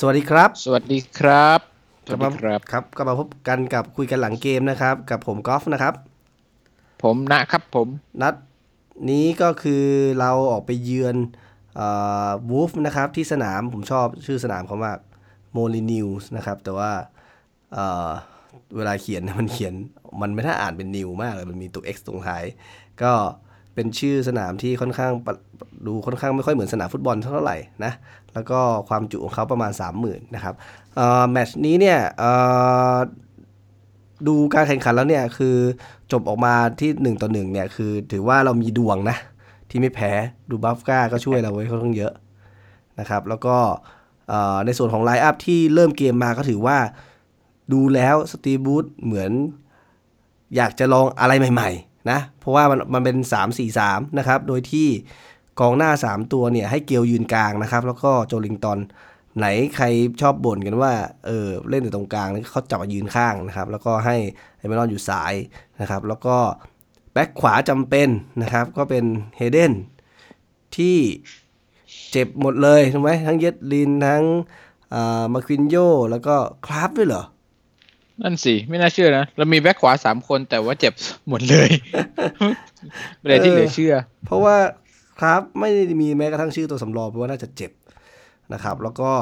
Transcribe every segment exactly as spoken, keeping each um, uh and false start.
สวัสดีครับสวัสดีครับสวัสดีครับครับก็มาพบกันกับคุยกันหลังเกมนะครับกับผมกอล์ฟนะครับผมนะครับผมนัดนี้ก็คือเราออกไปเยือนวูฟนะครับที่สนามผมชอบชื่อสนามเขามากโมลินิวส์นะครับแต่ว่าเเวลาเขียนมันเขียนมันไม่ถ้าอ่านเป็นนิวมากเลยมันมีตัว X ตรงท้ายก็เป็นชื่อสนามที่ค่อนข้างดูค่อนข้างไม่ค่อยเหมือนสนามฟุตบอลเท่าไหร่นะแล้วก็ความจุของเขาประมาณ สามหมื่น นะครับแมตช์นี้เนี่ยดูการแข่งขันแล้วเนี่ยคือจบออกมาที่หนึ่งต่อหนึ่งเนี่ยคือถือว่าเรามีดวงนะที่ไม่แพ้ดูบัฟก้าก็ช่วยเราไว้ค่อนข้างเยอะนะครับแล้วก็ในส่วนของไลน์อัพที่เริ่มเกมมาก็ถือว่าดูแล้วสตีบูธเหมือนอยากจะลองอะไรใหม่ๆนะเพราะว่ามันมันเป็น สาม สี่ สาม นะครับโดยที่กองหน้าสามตัวเนี่ยให้เกลยืนกลางนะครับแล้วก็โจลิงตันไหนใครชอบบ่นกันว่าเออเล่นอยู่ตรงกลางเขาจับมายืนข้างนะครับแล้วก็ให้ไอเมรอนอยู่ซ้ายนะครับแล้วก็แบ็คขวาจำเป็นนะครับก็เป็นเฮเดนที่เจ็บหมดเลยถูกไหมทั้งเยดลินทั้งมาควินโยแล้วก็คราฟด้วยเหรอนั่นสิไม่น่าเชื่อนะเรามีแบ็คขวาสามคนแต่ว่าเจ็บหมดเลยเป็นอะไรที่เหลือเชื่อเพราะว่าครับไม่ได้มีแม้กระทั่งชื่อตัวสำรองเพราะว่าน่าจะเจ็บนะครับแล้วก็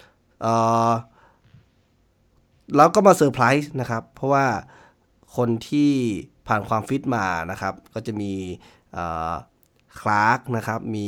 แล้วก็มาเซอร์ไพรส์นะครับเพราะว่าคนที่ผ่านความฟิตมานะครับก็จะมีคลาร์กนะครับมี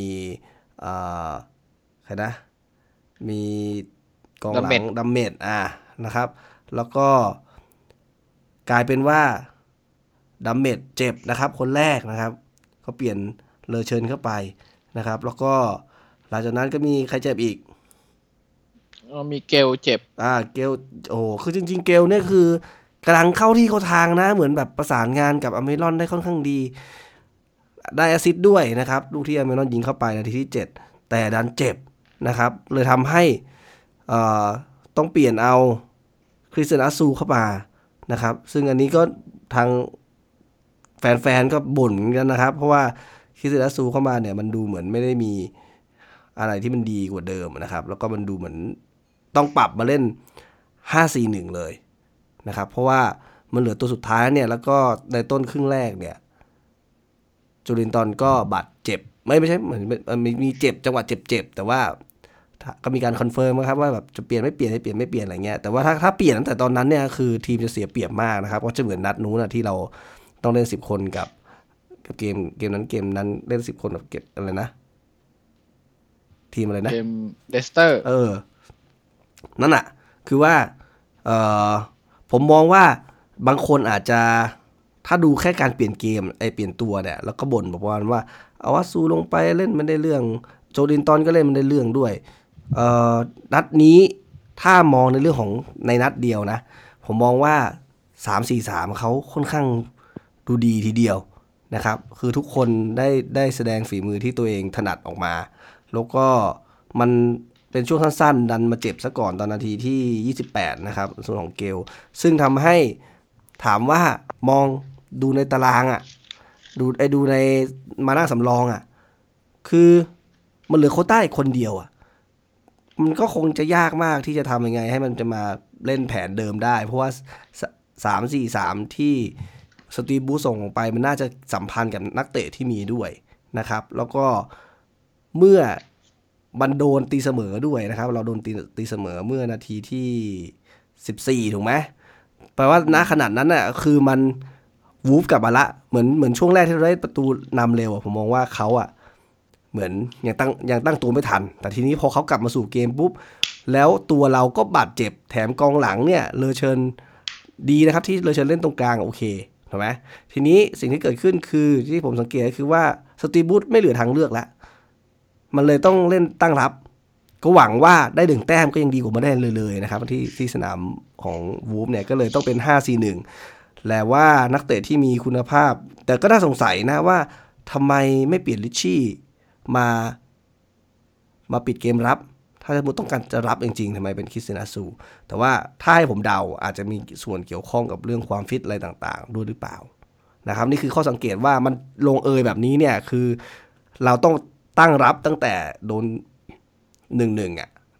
ใครนะมีกองหลังดัมเมดอ่ะนะครับแล้วก็กลายเป็นว่าดัมเมดเจ็บนะครับคนแรกนะครับก็เปลี่ยนเลอเชิญเข้าไปนะครับแล้วก็หลังจากนั้นก็มีใครเจ็บอีกมีเกลเจ็บอ่าเกลโอ้คือจริงๆเกลเนี่ยคือกำลังเข้าที่เข้าทางนะเหมือนแบบประสานงานกับอเมรอนได้ค่อนข้างดีได้แอสซิสต์ด้วยนะครับลูกที่อเมรอนยิงเข้าไปนาทีที่เจ็ดแต่ดันเจ็บนะครับเลยทำให้อ่าต้องเปลี่ยนเอาคริสเตียนอาซูเข้ามานะครับซึ่งอันนี้ก็ทางแฟนๆก็บ่นเหมือนกันนะครับเพราะว่าคริสเตียนอาซูเข้ามาเนี่ยมันดูเหมือนไม่ได้มีอะไรที่มันดีกว่าเดิมนะครับแล้วก็มันดูเหมือนต้องปรับมาเล่น ห้า สี่ หนึ่ง เลยนะครับเพราะว่ามันเหลือตัวสุดท้ายเนี่ยแล้วก็ในต้นครึ่งแรกเนี่ยจูรินตันก็บาดเจ็บไม่ไม่ใช่เหมือนมีมีเจ็บจังหวะเจ็บๆแต่ว่าก็มีการคอนเฟิร์มนะครับว่าแบบจะเปลี่ยนไม่เปลี่ยนให้เปลี่ยนไม่เปลี่ยนอะไรเงี้ยแต่ว่าถ้าถ้าเปลี่ยนตั้งแต่ตอนนั้นเนี่ยคือทีมจะเสียเปรียบมากนะครับก็จะเหมือนนัดนู้นนะที่เราต้องเล่นสิบคนกับกับเกมเกมนั้นเกมนั้นเล่นสิบคนกับเกมอะไรนะทีมอะไรนะเกมเลสเตอร์เออนั่นน่ะคือว่าเออผมมองว่าบางคนอาจจะถ้าดูแค่การเปลี่ยนเกมไอเปลี่ยนตัวเนี่ยแล้วก็บ่นบอกว่าว่าเอาว่าซูลงไปเล่นไม่ได้เรื่องโจลินตันก็เล่นไม่ได้เรื่องด้วยเอ่อนัดนี้ถ้ามองในเรื่องของในนัดเดียวนะผมมองว่า สาม สี่ สาม เขาค่อนข้างดูดีทีเดียวนะครับคือทุกคนได้ได้แสดงฝีมือที่ตัวเองถนัดออกมาแล้วก็มันเป็นช่วงสั้นๆดันมาเจ็บซะก่อนตอนนาทีที่ยี่สิบแปดนะครับส่วนของเกลซึ่งทำให้ถามว่ามองดูในตารางอ่ะดูไอ้ดูในมานั่งสำรองอ่ะคือมันเหลือโควต้าอีกคนเดียวอ่ะมันก็คงจะยากมากที่จะทำยังไงให้มันจะมาเล่นแผนเดิมได้เพราะว่าสาม สี่ สามที่สตีฟบูธส่งออกไปมันน่าจะสัมพันธ์กับนักเตะที่มีด้วยนะครับแล้วก็เมื่อมันโดนตีเสมอด้วยนะครับเราโดนตีตีเสมอเมื่อนาทีที่สิบสี่ถูกไหมแปลว่าณขนาดนั้นน่ะคือมันวูฟกลับมาละเหมือนเหมือนช่วงแรกที่เราได้ประตูนำเร็วผมมองว่าเขาอ่ะเหมือนยังตั้งยังตั้งตัวไม่ทันแต่ทีนี้พอเขากลับมาสู่เกมปุ๊บแล้วตัวเราก็บาดเจ็บแถมกองหลังเนี่ยเลอเชิญดีนะครับที่เลอเชิญเล่นตรงกลางโอเคถูกไหมทีนี้สิ่งที่เกิดขึ้นคือที่ผมสังเกตก็คือว่าสตีบูธไม่เหลือทางเลือกแล้วมันเลยต้องเล่นตั้งรับก็หวังว่าได้หนึ่งแต้มก็ยังดีกว่าไม่ได้เลยเลยนะครับที่ที่สนามของวูฟเนี่ยก็เลยต้องเป็น ห้า สี่ หนึ่ง แปลว่านักเตะที่มีคุณภาพแต่ก็น่าสงสัยนะว่าทำไมไม่เปลี่ยนลิชชี่มามาปิดเกมรับถ้าสมมติต้องการจะรับจริงๆทำไมเป็นคริสเตียนอาซูแต่ว่าถ้าให้ผมเดาอาจจะมีส่วนเกี่ยวข้องกับเรื่องความฟิตอะไรต่างๆด้วยหรือเปล่านะครับนี่คือข้อสังเกตว่ามันลงเอยแบบนี้เนี่ยคือเราต้องตั้งรับตั้งแต่โดน หนึ่งหนึ่ง อ่ะ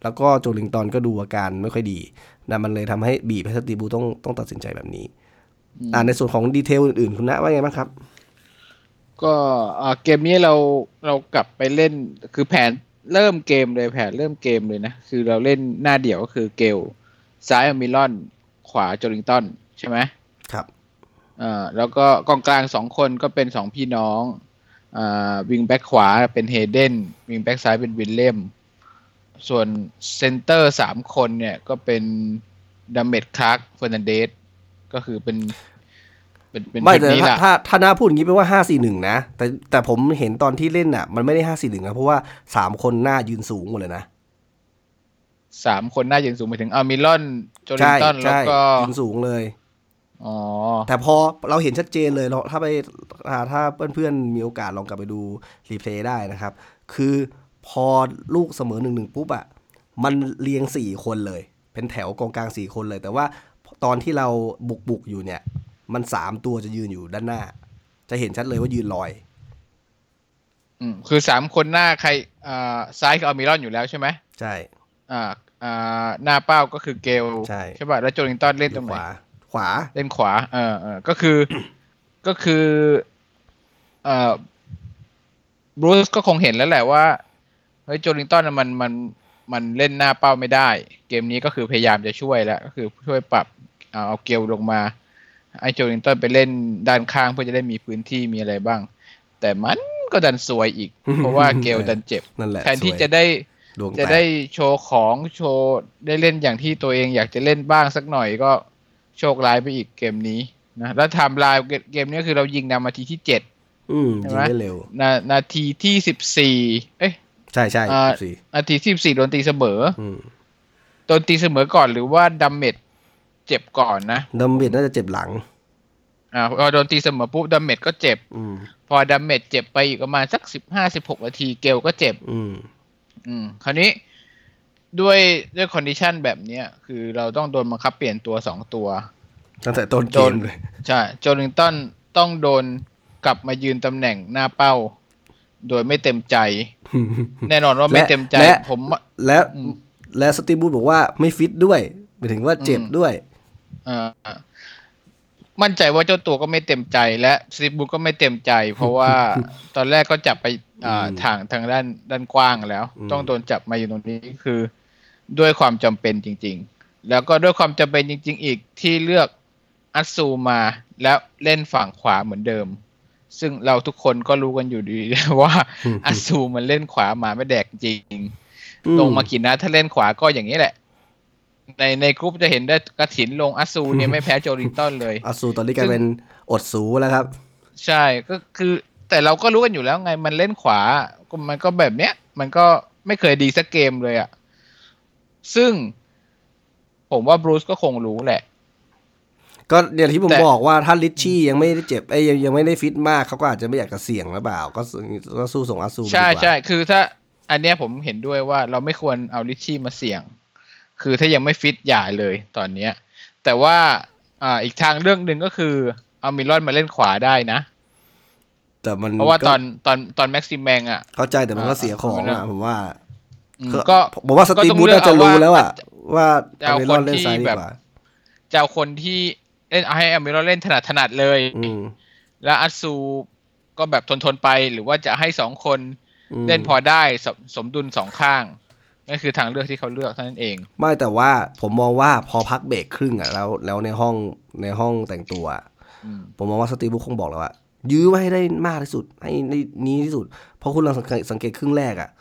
แล้วก็โจลิงตันก็ดูอาการไม่ค่อยดีนะมันเลยทำให้บีบให้สตีบูต้องต้องตัดสินใจแบบนี้อ่าในส่วนของดีเทลอื่นๆคุณณว่าไงบ้างครับก็เกมนี้เราเรากลับไปเล่นคือแผนเริ่มเกมเลยแผนเริ่มเกมเลยนะคือเราเล่นหน้าเดี่ยวก็คือเกลซ้ายมิลอนขวาโจลิงตันใช่ไหมครับอ่าแล้วก็กองกลางสองคนก็เป็นสองพี่น้องอ่าวิงแบ็คขวาเป็นเฮเดนวิงแบ็คซ้ายเป็นวิลเลียมส่วนเซนเตอร์สามคนเนี่ยก็เป็นดัมเมดคลาร์กเฟอร์นันเดสก็คือเป็นไม่แต่ถ้าถ้าถ้าน้าพูดอย่างนี้แปลว่าห้า สี่ หนึ่งนะแต่แต่ผมเห็นตอนที่เล่นน่ะมันไม่ได้ห้า สี่ หนึ่งนะเพราะว่าสามคนหน้ายืนสูงหมดเลยนะสามคนหน้ายืนสูงไปถึงอามิลอนโจลิงตันแล้วก็ยืนสูงเลยอ๋อแต่พอเราเห็นชัดเจนเลยเราถ้าไปถ้าเพื่อนๆมีโอกาสลองกลับไปดูรีเพลย์ได้นะครับคือพอลูกเสมอ หนึ่งหนึ่ง ปุ๊บอ่ะมันเรียงสี่คนเลยเป็นแถวกองกลางสี่คนเลยแต่ว่าตอนที่เราบุกๆอยู่เนี่ยมันสามตัวจะยืนอยู่ด้านหน้าจะเห็นชัดเลยว่ายืนลอยอืมคือสามคนหน้าใครอ่าซ้ายคืออามิรอนอยู่แล้วใช่ไหมใช่อ่าอ่าหน้าเป้าก็คือเกลใช่ใช่ป่ะแล้วโจลิงตันเล่นตรงไหนขวาขวาเล่นขวาเออเออก็คือ ก็คือเอ่อบรูซก็คงเห็นแล้วแหละว่าเฮ้ยโจลิงตันมันมันมันเล่นหน้าเป้าไม่ได้เกมนี้ก็คือพยายามจะช่วยแล้วก็คือช่วยปรับเอาเอาเกลลงมาไอ้โจลิงตันไปเล่นด้านข้างเพื่อจะได้มีพื้นที่มีอะไรบ้างแต่มันก็ดันซวยอีกเพราะว่าเกลดันเจ็บแทนที่จะได้จะได้โชว์ของโชว์ได้เล่นอย่างที่ตัวเองอยากจะเล่นบ้างสักหน่อยก็โชคร้ายไปอีกเกมนี้นะแล้วไทม์ไลน์เกมนี้คือเรายิงนำนาทีที่เจ็ดอืมยิงได้เร็วนานาทีที่สิบสี่เอ๊ะใช่ใช่สิบสี่นาทีที่สิบสี่โดนตีเสมอโดนตีเสมอก่อนหรือว่าดัมเมจเจ็บก่อนนะดัมเมจน่าจะเจ็บหลังอ่าพอโดนตีเสมอปุ๊บดัมเมจก็เจ็บพอดัมเมจเจ็บไปอีกประมาณสักสิบห้าสิบหกนาทีเกลก็เจ็บอืมอืมคราวนี้ด้วยด้วยคอนดิชันแบบนี้คือเราต้องโดนบังคับเปลี่ยนตัวสองตัวตั้งแต่ต้นเกมเลยใช่โจลิงตันต้องโดนกลับมายืนตำแหน่งหน้าเป้าโดยไม่เต็มใจแน่นอนว่าไม่เต็มใจผมและและสตีบูธบอกว่าไม่ฟิตด้วยหมายถึงว่าเจ็บด้วยอ่ามั่นใจว่าเจ้าตัวก็ไม่เต็มใจและสตีบูธก็ไม่เต็มใจเพราะว่าตอนแรกก็จับไปอ่าทางทางด้านด้านกว้างแล้วต้องโดนจับมาอยู่ตรงนี้คือด้วยความจำเป็นจริงๆแล้วก็ด้วยความจำเป็นจริงๆอีกที่เลือกอัตซูมาแล้วเล่นฝั่งขวาเหมือนเดิมซึ่งเราทุกคนก็รู้กันอยู่ดีว่าอัตซูมันเล่นขวามาไม่แดกจริงลงมากี่นัดถ้าเล่นขวาก็อย่างนี้แหละในในกรุ๊ปจะเห็นได้กระถินลงอัตซูเนี่ยไม่แพ้โจลิงตันเลยอัตซูตอนนี้กลายเป็นอดสูแล้วครับใช่ก็คือแต่เราก็รู้กันอยู่แล้วไงมันเล่นขวามันก็แบบเนี้ยมันก็ไม่เคยดีสักเกมเลยอ่ะซึ่งผมว่าบรูซก็คงรู้แหละก็อย่างที่ผมบอกว่าถ้าลิชชี่ยังไม่ได้เจ็บไอ้ยังยังไม่ได้ฟิตมากเขาก็อาจจะไม่อยากจะเสี่ยงหรือเปล่าก็ก็สู้ส่งอาซูใช่ใช่คือถ้าอันเนี้ยผมเห็นด้วยว่าเราไม่ควรเอาลิชชี่มาเสี่ยงคือถ้ายังไม่ฟิตอย่าเลยตอนเนี้ยแต่ว่าอ่าอีกทางเรื่องหนึ่งก็คือเอามิลอนมาเล่นขวาได้นะแต่มันเพราะว่าตอนตอนตอนแม็กซิมแมงอ่ะเข้าใจแต่มันก็เสียของอ่ะผมว่าก็ผมว่าสตีบูธน่าจะรู้แล้วอ่ะว่าเอาคนที่แบบจะเอาคนที่เล่นให้อเมริกาเล่นถนัดถนัดเลยแล้วอัตซูก็แบบทนทนไปหรือว่าจะให้สองคนเล่นพอได้สมดุลสองข้างนั่นคือทางเลือกที่เขาเลือกเท่านั้นเองไม่แต่ว่าผมมองว่าพอพักเบรกครึ่งอ่ะแล้วแล้วในห้องในห้องแต่งตัวผมมองว่าสตีบูธคงบอกแล้วว่ายื้อไว้ให้ได้มากที่สุดให้ในนี้ที่สุดเพราะคุณลองสังเกตครึ่งแรกอ่ะ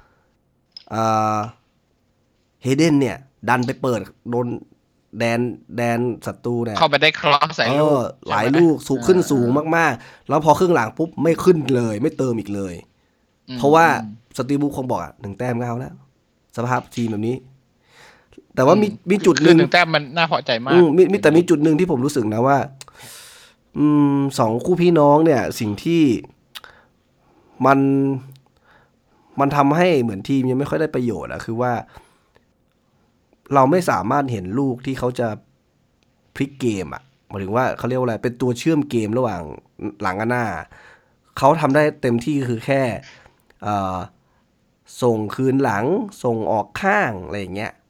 เฮเดนเนี่ยดันไปเปิดโดนแดนแดนศัตรูเนี่ยเข้าไปได้ครอสใส่ลูกหลายลูกสูงขึ้นสูงมากๆแล้วพอครึ่งหลังปุ๊บไม่ขึ้นเลยไม่เติมอีกเลยเพราะว่าสตีบูคงบอกอ่ะหนึ่งแต้มก็เอาแล้วสภาพทีมแบบนี้แต่ว่ามีมีจุดหนึ่งหนึ่งแต้มมันน่าพอใจมากมีมีแต่มีจุดหนึ่งที่ผมรู้สึกนะว่าอืมสองคู่พี่น้องเนี่ยสิ่งที่มันมันทำให้เหมือนทีมยังไม่ค่อยได้ประโยชน์อะคือว่าเราไม่สามารถเห็นลูกที่เขาจะพลิกเกมอ่ะหมายถึงว่าเขาเรียกว่าอะไรเป็นตัวเชื่อมเกมระหว่างหลังกับหน้าเขาทำได้เต็มที่คือแค่ส่งคืนหลังส่งออกข้างอะไรอย่างเงี้ย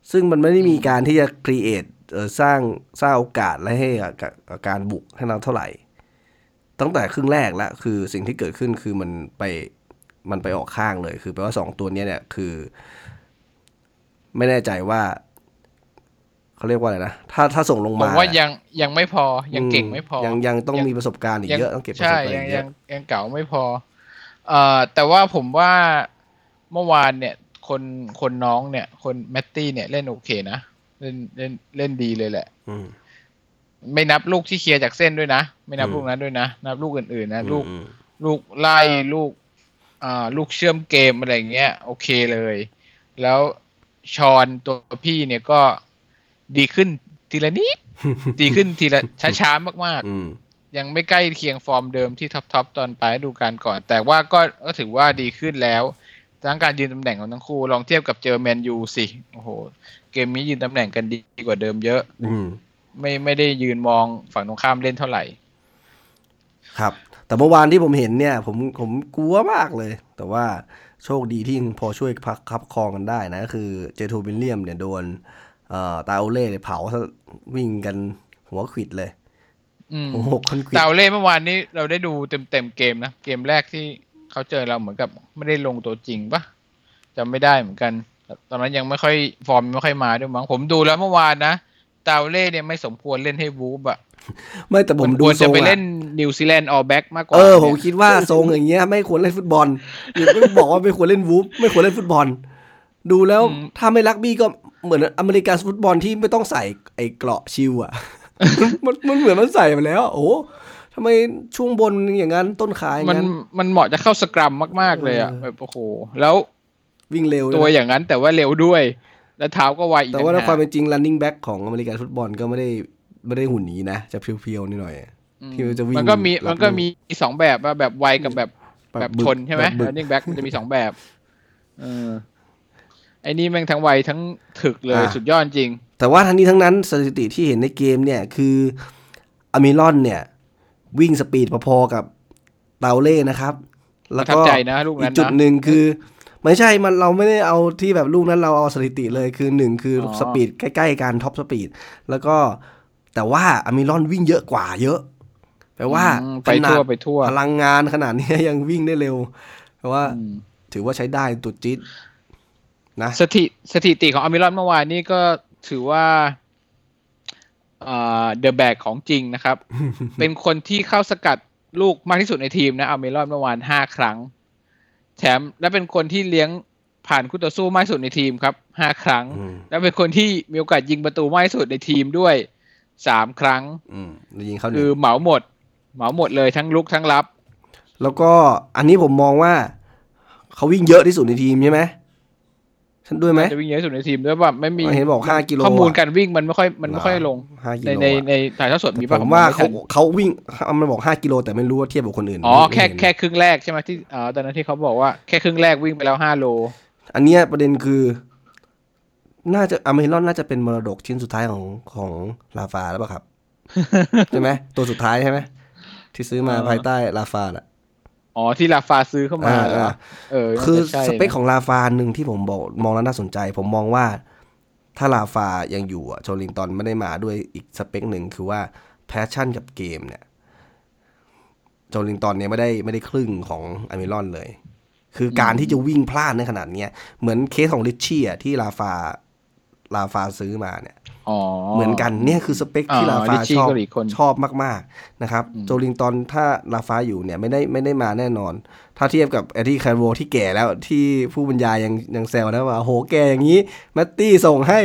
ซึ่งมันไม่ได้มีการที่จะครีเอทเอ่อสร้างสร้างโอกาสและให้กับการบุกให้เราเท่าไหร่ตั้งแต่ครึ่งแรกแล้วคือสิ่งที่เกิดขึ้นคือมันไปมันไปออกข้างเลยคือแปลว่าสองตัวนี้เนี่ยคือไม่แน่ใจว่าเขาเรียกว่าอะไรนะถ้าถ้าส่งลงมาผมว่ายังยังไม่พอยังเก่งไม่พอยังยังต้องมีประสบการณ์อีกเยอะต้องเก็บประสบการณ์เยอะยังยังเก่าไม่พอเอ่อแต่ว่าผมว่าเมื่อวานเนี่ยคนคนน้องเนี่ยคนแมตตี้เนี่ยเล่นโอเคนะเล่นเล่นเล่นดีเลยแหละไม่นับลูกที่เคลียร์จากเส้นด้วยนะไม่นับลูกนั้นด้วยนะนับลูกอื่นๆนะลูกลูกไล่ลูกอ่าลูกเชื่อมเกมอะไรเงี้ยโอเคเลยแล้วชอนตัวพี่เนี่ยก็ดีขึ้นทีละนิด ดีขึ้นทีละช้าๆมากๆยังไม่ใกล้เคียงฟอร์มเดิมที่ท็อปๆตอนปลายฤดูกาลก่อนแต่ว่าก็ก็ถือว่าดีขึ้นแล้วทั้งการยืนตำแหน่งของทั้งคู่ลองเทียบกับเจอแมนยูสิโอ้โหเกมนี้ยืนตำแหน่งกันดีกว่าเดิมเยอะไม่ไม่ได้ยืนมองฝั่งตรงข้ามเล่นเท่าไหร่ครับแต่เมื่อวานที่ผมเห็นเนี่ยผมผมกลัวมากเลยแต่ว่าโชคดีที่พอช่วยพักคับคองกันได้นะคือเจโทวิลเลียมเนี่ยโดนเอ่อตาโอเล่เผาวิ่งกันหัวขวิดเลยหัวหกคนขวิดตาโอเล่เมื่อวานนี้เราได้ดูเต็มเต็มเกมนะเกมแรกที่เขาเจอเราเหมือนกับไม่ได้ลงตัวจริงปะจำไม่ได้เหมือนกันตอนนั้นยังไม่ค่อยฟอร์มไม่ค่อยมาด้วยมั้งผมดูแล้วเมื่อวานนะตาโอเล่เนี่ยไม่สมควรเล่นให้วูฟอะไม่แต่ผมดูทรงจะไปเล่นนิวซีแลนด์ออลแบ็กมากกว่าเออผมคิดว่าทรงอย่างเงี้ยไม่ควรเล่นฟุตบอลอย่าไปบอกว่าไม่ควรเล่นวูฟไม่ควรเล่นฟุตบอลดูแล้วถ้าไม่รักบี้ก็เหมือนอเมริกันฟุตบอลที่ไม่ต้องใส่ไอ้เกราะชิลอ่ะ มันมันเหมือนมันใส่มาแล้วโอ้ทำไมช่วงบนอย่างนั้นต้นขาอย่างนั้นมันมันเหมาะจะเข้าสกรัมมากๆเลยอ่ะแบบโอ้โหแล้ววิ่งเร็วตัวอย่างนั้นแต่ว่าเร็วด้วยแล้วเท้าก็ไวอีกแต่ว่าในความเป็นจริง running back ของอเมริกันฟุตบอลก็ไม่ได้ไม่ได้หุ่นนี้นะจะเพียวๆนิดหน่อยที่มันจะวิ่งมันก็มีมันก็มีสองแบบแบบไวกับแบบแบบชนใช่ไหม running back มันจะมีสองแบบเออไอ้นี่แม่งทั้งไวทั้งถึกเลยสุดยอดจริงแต่ว่าทั้งนี้ทั้งนั้นสถิติที่เห็นในเกมเนี่ยคืออเมรอนเนี่ยวิ่งสปีดพอๆกับเตาเล่นะครับแล้วก็อีกจุดหนึ่งคือไม่ใช่มันเราไม่ได้เอาที่แบบลูกนั้นเราเอาสถิติเลยคือหนึ่งคือสปีดใกล้ๆกันท็อปสปีดแล้วก็แต่ว่าอเมรอนวิ่งเยอะกว่าเยอะแปลว่าไปทั่วไปทั่วพลังงานขนาดนี้ยังวิ่งได้เร็วเพราะว่าถือว่าใช้ได้ตุดจิ๊ดนะสถิสถิติของอเมรอนเมื่อวานนี้ก็ถือว่าเอ่อเดอะแบกของจริงนะครับ เป็นคนที่เข้าสกัดลูกมากที่สุดในทีมนะอเมรอนเมื่อวานห้าครั้งแถมและเป็นคนที่เลี้ยงผ่านคู่ต่อสู้มากที่สุดในทีมครับห้าครั้งและเป็นคนที่มีโอกาสยิงประตูมากที่สุดในทีมด้วยสามครั้งคือเหมาหมดเหมาหมดเลยทั้งลุกทั้งรับแล้วก็อันนี้ผมมองว่าเขาวิ่งเยอะที่สุดในทีมใช่ไหมฉันด้วยไหมจะวิ่งเยอะที่สุดในทีมด้วยว่าไม่มีเห็นบอกห้ากิโลข้อมูลการวิ่งมันไม่ค่อยมันไม่ค่อยลงในในในถ่ายทอดสดมีป่ะผมว่าเขาเขาวิ่งมันบอกห้ากิโลแต่ไม่รู้ว่าเทียบกับคนอื่นอ๋อแค่แค่ครึ่งแรกใช่ไหมที่อ๋อตอนนั้นที่เขาบอกว่าแค่ครึ่งแรกวิ่งไปแล้วห้าโลอันเนี้ยประเด็นคือน่าจะอเมรอนน่าจะเป็นมรดกชิ้นสุดท้ายของของลาฟาแล้วป่ะครับใช่ไหมตัวสุดท้ายใช่ไหมที่ซื้อมาภายใต้ลาฟาอ่ะอ๋อที่ลาฟาซื้อเข้ามาเออคือสเปคของลาฟาหนึ่งที่ผมบอกมองแล้วน่าสนใจผมมองว่าถ้าลาฟายังอยู่อ่ะโจลิงตันไม่ได้มาด้วยอีกสเปคหนึ่งคือว่าแพชชั่นกับเกมเนี่ยโจลิงตันเนี่ยไม่ได้ไม่ได้ครึ่งของอเมรอนเลยคือการที่จะวิ่งพลาดในขนาดนี้เหมือนเคสของริชชี่อ่ะที่ลาฟาลาฟาซื้อมาเนี่ยเหมือนกันเนี่ยคือสเปคที่ลาฟาชอบชอบมากๆนะครับโจลิงตันถ้าลาฟาอยู่เนี่ยไม่ได้ไม่ได้มาแน่นอนถ้าเทียบกับเอ็ดดี้แคโรที่แก่แล้วที่ผู้บรรยายยังยังแซวนะว่าโหแก่อย่างนี้แมตตี้ส่งให้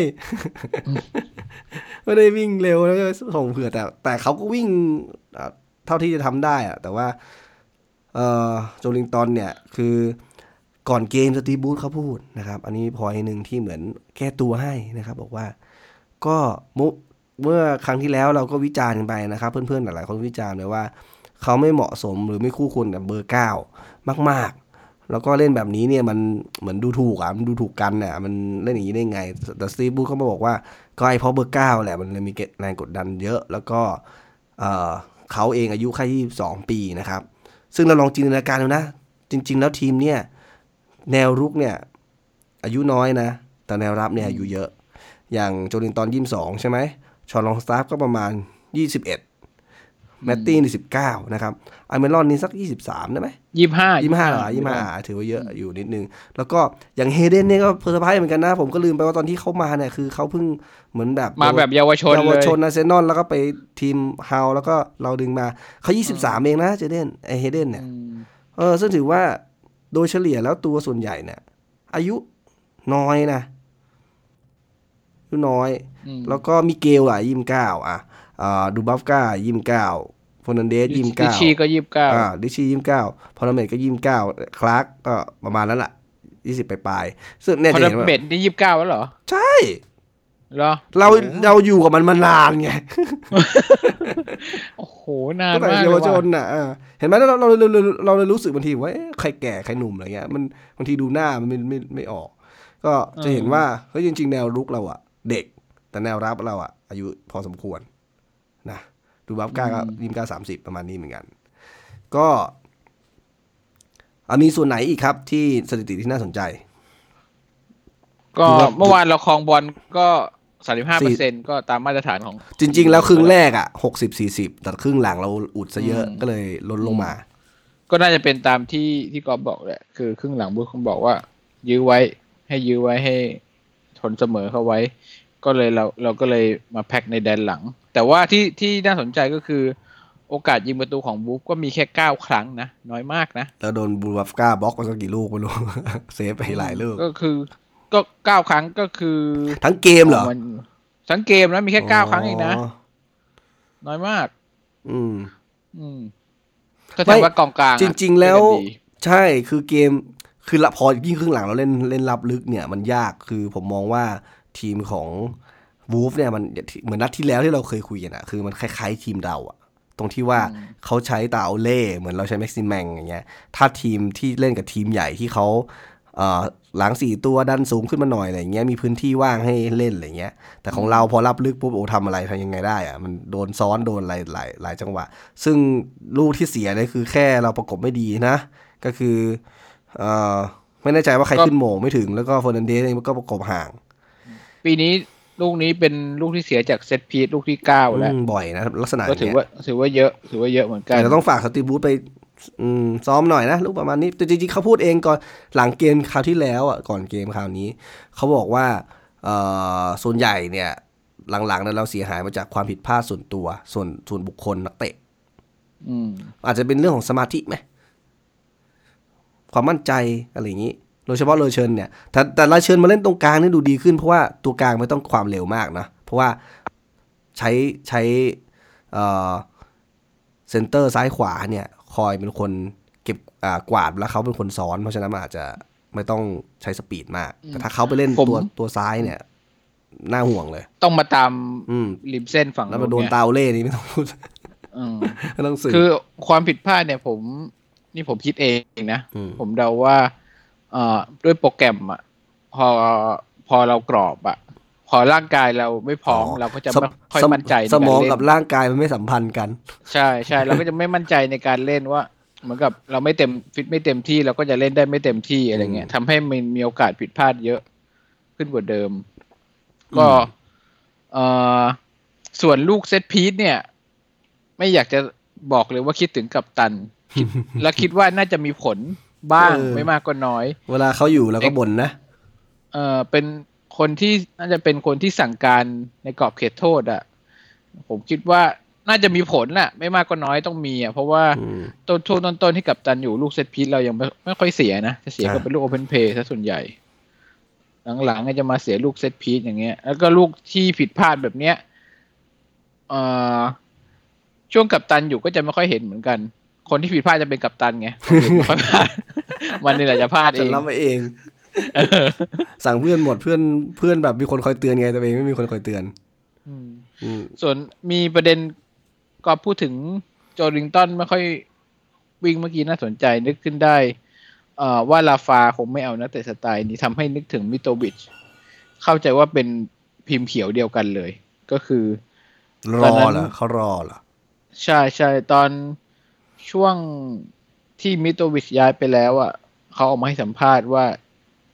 ไม่ได้วิ่งเร็วแล้วก็ส่งเผื่อแต่แต่เขาก็วิ่งเท่าที่จะทำได้อะแต่ว่าเอ่อโจลิงตันเนี่ยคือก่อนเกมสตีฟบูธเขาพูดนะครับอันนี้พอยนึงที่เหมือนแก้ตัวให้นะครับบอกว่าก็เมื่อครั้งที่แล้วเราก็วิจารณ์กันไปนะครับเพื่อนๆหลายๆคนวิจารณ์เลยว่าเขาไม่เหมาะสมหรือไม่คู่ควรกับเบอร์เก้ามากๆแล้วก็เล่นแบบนี้เนี่ยมันเหมือนดูถูกอ่ะมันดูถูกกันน่ะมันเล่นอย่างนี้ได้ไงแต่สตีฟบูธเขามาบอกว่าก็ไอ้เพราะเบอร์เก้าแหละมันเลยมีแรงกดดันเยอะแล้วก็เอ่อเขาเองอายุแค่ยี่สิบสองปีนะครับซึ่งเราลองจินตนาการดูนะจริงๆแล้วทีมเนี่ยแนวรุกเนี่ยอายุน้อยนะแต่แนวรับเนี่ยอายุเยอะอย่างโจลินตันยี่สิบสองใช่ไหมชอนลองสตาฟก็ประมาณยี่สิบเอ็ดแมตตี้นี่สิบเก้านะครับไอเมรอนนี่สักยี่สิบสามได้ไหมยี่สิบห้ายี่สิบห้าเหรอยี่สิบห้าถือว่าเยอะอยู่นิดนึงแล้วก็อย่างเฮเดนเนี่ยก็เซอร์ไพรส์เหมือนกันนะผมก็ลืมไปว่าตอนที่เขามาเนี่ยคือเขาเพิ่งเหมือนแบบมาแบบเยาวชนเลยเยาวชนอาร์เซนอลแล้วก็ไปทีมฮาวแล้วก็เราดึงมาเขายี่สิบสามเองนะเจเดนไอเฮเดนเนี่ยเออซึ่งถือว่าโดยเฉลี่ยแล้วตัวส่วนใหญ่เนี่ยอายุน้อยนะอายุน้อยแล้วก็มีเกลอ่ะยี่สิบเก้าอ่ะอ่าดูบัฟก้ายี่สิบเก้าฟอร์นันเดสยี่สิบเก้าดิชีก็ยี่สิบเก้าอ่าดิชียี่สิบเก้าพอลเมตก็ยี่สิบเก้าคลาร์กก็ประมาณนั้นแหละยี่สิบปลายๆซึ่งเนี่ยพอลเมตนี่ยี่สิบเก้าแล้วเหรอใช่เหรอเราเราอยู่กับมันมานานไงโอ้โหนานมากเลยว่ะเยาวชนน่ะเห็นไหมเราเราเราเราเลยรู้สึกบางทีว่าใครแก่ใครหนุ่มอะไรเงี้ยมันบางทีดูหน้ามันไม่ไม่ไม่ออกก็จะเห็นว่าเฮ้ยจริงๆแนวรุกเราอะเด็กแต่แนวรับเราอะอายุพอสมควรนะดูบัฟก้าก็ยี่สิบเก้าสามสิบประมาณนี้เหมือนกันก็มีส่วนไหนอีกครับที่สถิติที่น่าสนใจก็เมื่อวานเราครองบอลก็ สามสิบห้าเปอร์เซ็นต์ ก็ตามมาตรฐานของจริงๆแล้วครึ่งแรกอ่ะหกสิบ สี่สิบแต่ครึ่งหลังเราอุดซะเยอะก็เลยลดลงมาก็น่าจะเป็นตามที่ที่กอล์ฟบอกแหละคือครึ่งหลังบุ๊คเขาบอกว่ายื้อไว้ให้ยื้อไว้ให้ทนเสมอเข้าไว้ก็เลยเราเราก็เลยมาแพ็คในแดนหลังแต่ว่าที่ที่น่าสนใจก็คือโอกาสยิงประตูของบุ๊คก็มีแค่เก้าครั้งนะน้อยมากนะแล้วโดนบูรัฟก้าบล็อกไปสักกี่ลูกไม่รู้ เซฟไปหลายลูกก็คือก็เก้าครั้งก็คือทั้งเกมเหรอทั้งเกมนะมีแค่เก้าครั้งเองนะน้อยมากอืมอืมก็ถือว่ากองกลางจริงๆแล้วใช่คือเกมคือละพอยิ่งครึ่งหลังเราเล่นเล่นรับลึกเนี่ยมันยากคือผมมองว่าทีมของวูฟเนี่ยมันเหมือนนัดที่แล้วที่เราเคยคุยกันอะคือมันคล้ายๆทีมเราอะตรงที่ว่าเขาใช้ตาเอาเล่เหมือนเราใช้แม็กซิแมงอย่างเงี้ยถ้าทีมที่เล่นกับทีมใหญ่ที่เขาเอ่อหลังสี่ตัวดันสูงขึ้นมาหน่อยอะไรเงี้ยมีพื้นที่ว่างให้เล่นอะไรเงี้ยแต่ของเราพอรับลึกปุ๊บโอ้ทำอะไรทำยังไงได้อะมันโดนซ้อนโดนอะไรหลายหลายจังหวะซึ่งลูกที่เสียเนี่ยคือแค่เราประกบไม่ดีนะก็คือเอ่อไม่แน่ใจว่าใครขึ้นโหม่ไม่ถึงแล้วก็เฟอร์นันเดสเองก็ประกบห่างปีนี้ลูกนี้เป็นลูกที่เสียจากเซตพีซลูกที่เก้าแล้วบ่อยนะลักษณะก็ถือว่าถือว่าเยอะถือว่าเยอะเหมือนกันแต่เราต้องฝากสตีบูธไปซ้อมหน่อยนะลูกประมาณนี้แต่จริงๆเขาพูดเองก่อนหลังเกมคราวที่แล้วอ่ะก่อนเกมคราวนี้เขาบอกว่าเอ่อส่วนใหญ่เนี่ยหลังๆนั้นเราเสียหายมาจากความผิดพลาดส่วนตัวส่วนส่วนบุคคลนักเตะอาจจะเป็นเรื่องของสมาธิไหมความมั่นใจอะไรอย่างนี้โดยเฉพาะเลอเชิญเนี่ยแต่แต่เลอเชิญมาเล่นตรงกลางนี่ดูดีขึ้นเพราะว่าตัวกลางไม่ต้องความเร็วมากนะเพราะว่าใช้ใช้เอ่อเซนเตอร์ซ้ายขวาเนี่ยคอยเป็นคนเก็บอ่ากวาดแล้วเขาเป็นคนซ้อนเพราะฉะนั้นอาจจะไม่ต้องใช้สปีดมากแต่ถ้าเขาไปเล่นตัวตัวซ้ายเนี่ยน่าห่วงเลยต้องมาตามริมเส้นฝั่งแล้วมาโดนตาเล่นี่ไม่ต้องพูดไม่ต้องสื่อคือความผิดพลาดเนี่ยผมนี่ผมคิดเองนะผมเดาว่าด้วยโปรแกรมอ่ะพอพอเรากรอบอ่ะพอร่างกายเราไม่พร้อมเราก็จะไม่ค่อยมั่นใจสมองกับร่างกายมันไม่สัมพันธ์กันใช่ใช่เราก็จะไม่มั่นใจในการเล่นว่าเหมือนกับเราไม่เต็มฟิตไม่เต็มที่เราก็จะเล่นได้ไม่เต็มที่อะไรเงี้ยทำให้มันมีโอกาสผิดพลาดเยอะขึ้นกว่าเดิมก็เอ่อส่วนลูกเซตพีซเนี่ยไม่อยากจะบอกเลยว่าคิดถึงกัปตันแล้วคิดว่าน่าจะมีผลบ้างไม่มากก็น้อยเวลาเขาอยู่แล้วก็บ่นนะเออเป็นคนที่น่าจะเป็นคนที่สั่งการในกรอบเขตโทษอ่ะผมคิดว่าน่าจะมีผลแหละไม่มากก็น้อยต้องมีอ่ะเพราะว่าต้นช่วงต้นๆที่กัปตันอยู่ลูกเซตพีซเรายังไม่ไม่ค่อยเสียนะจะเสียก็เป็นลูกโอเพนเพลย์ซะส่วนใหญ่หลังๆก็จะมาเสียลูกเซตพีซอย่างเงี้ยแล้วก็ลูกที่ผิดพลาดแบบเนี้ยเอ่อช่วงกัปตันอยู่ก็จะไม่ค่อยเห็นเหมือนกันคนที่ผิดพลาดจะเป็นกัปตันไงมันนี่แหละจะพลาดเองรับมาเองสั่งเพื่อนหมดเพื่อนเพื่อนแบบมีคนคอยเตือนไงตัวเองไม่มีคนคอยเตือนส่วนมีประเด็นก็พูดถึงโจลิงตันไม่ค่อยวิ่งเมื่อกี้น่าสนใจนึกขึ้นได้ว่าลาฟาคงไม่เอานักเตะสไตล์นี้ทำให้นึกถึงมิโตวิชเข้าใจว่าเป็นพิมพ์เขียวเดียวกันเลยก็คือรอเหรอเขารอเหรอใช่ใช่ตอนช่วงที่มิโตวิชย้ายไปแล้วอ่ะเขาออกมาให้สัมภาษณ์ว่า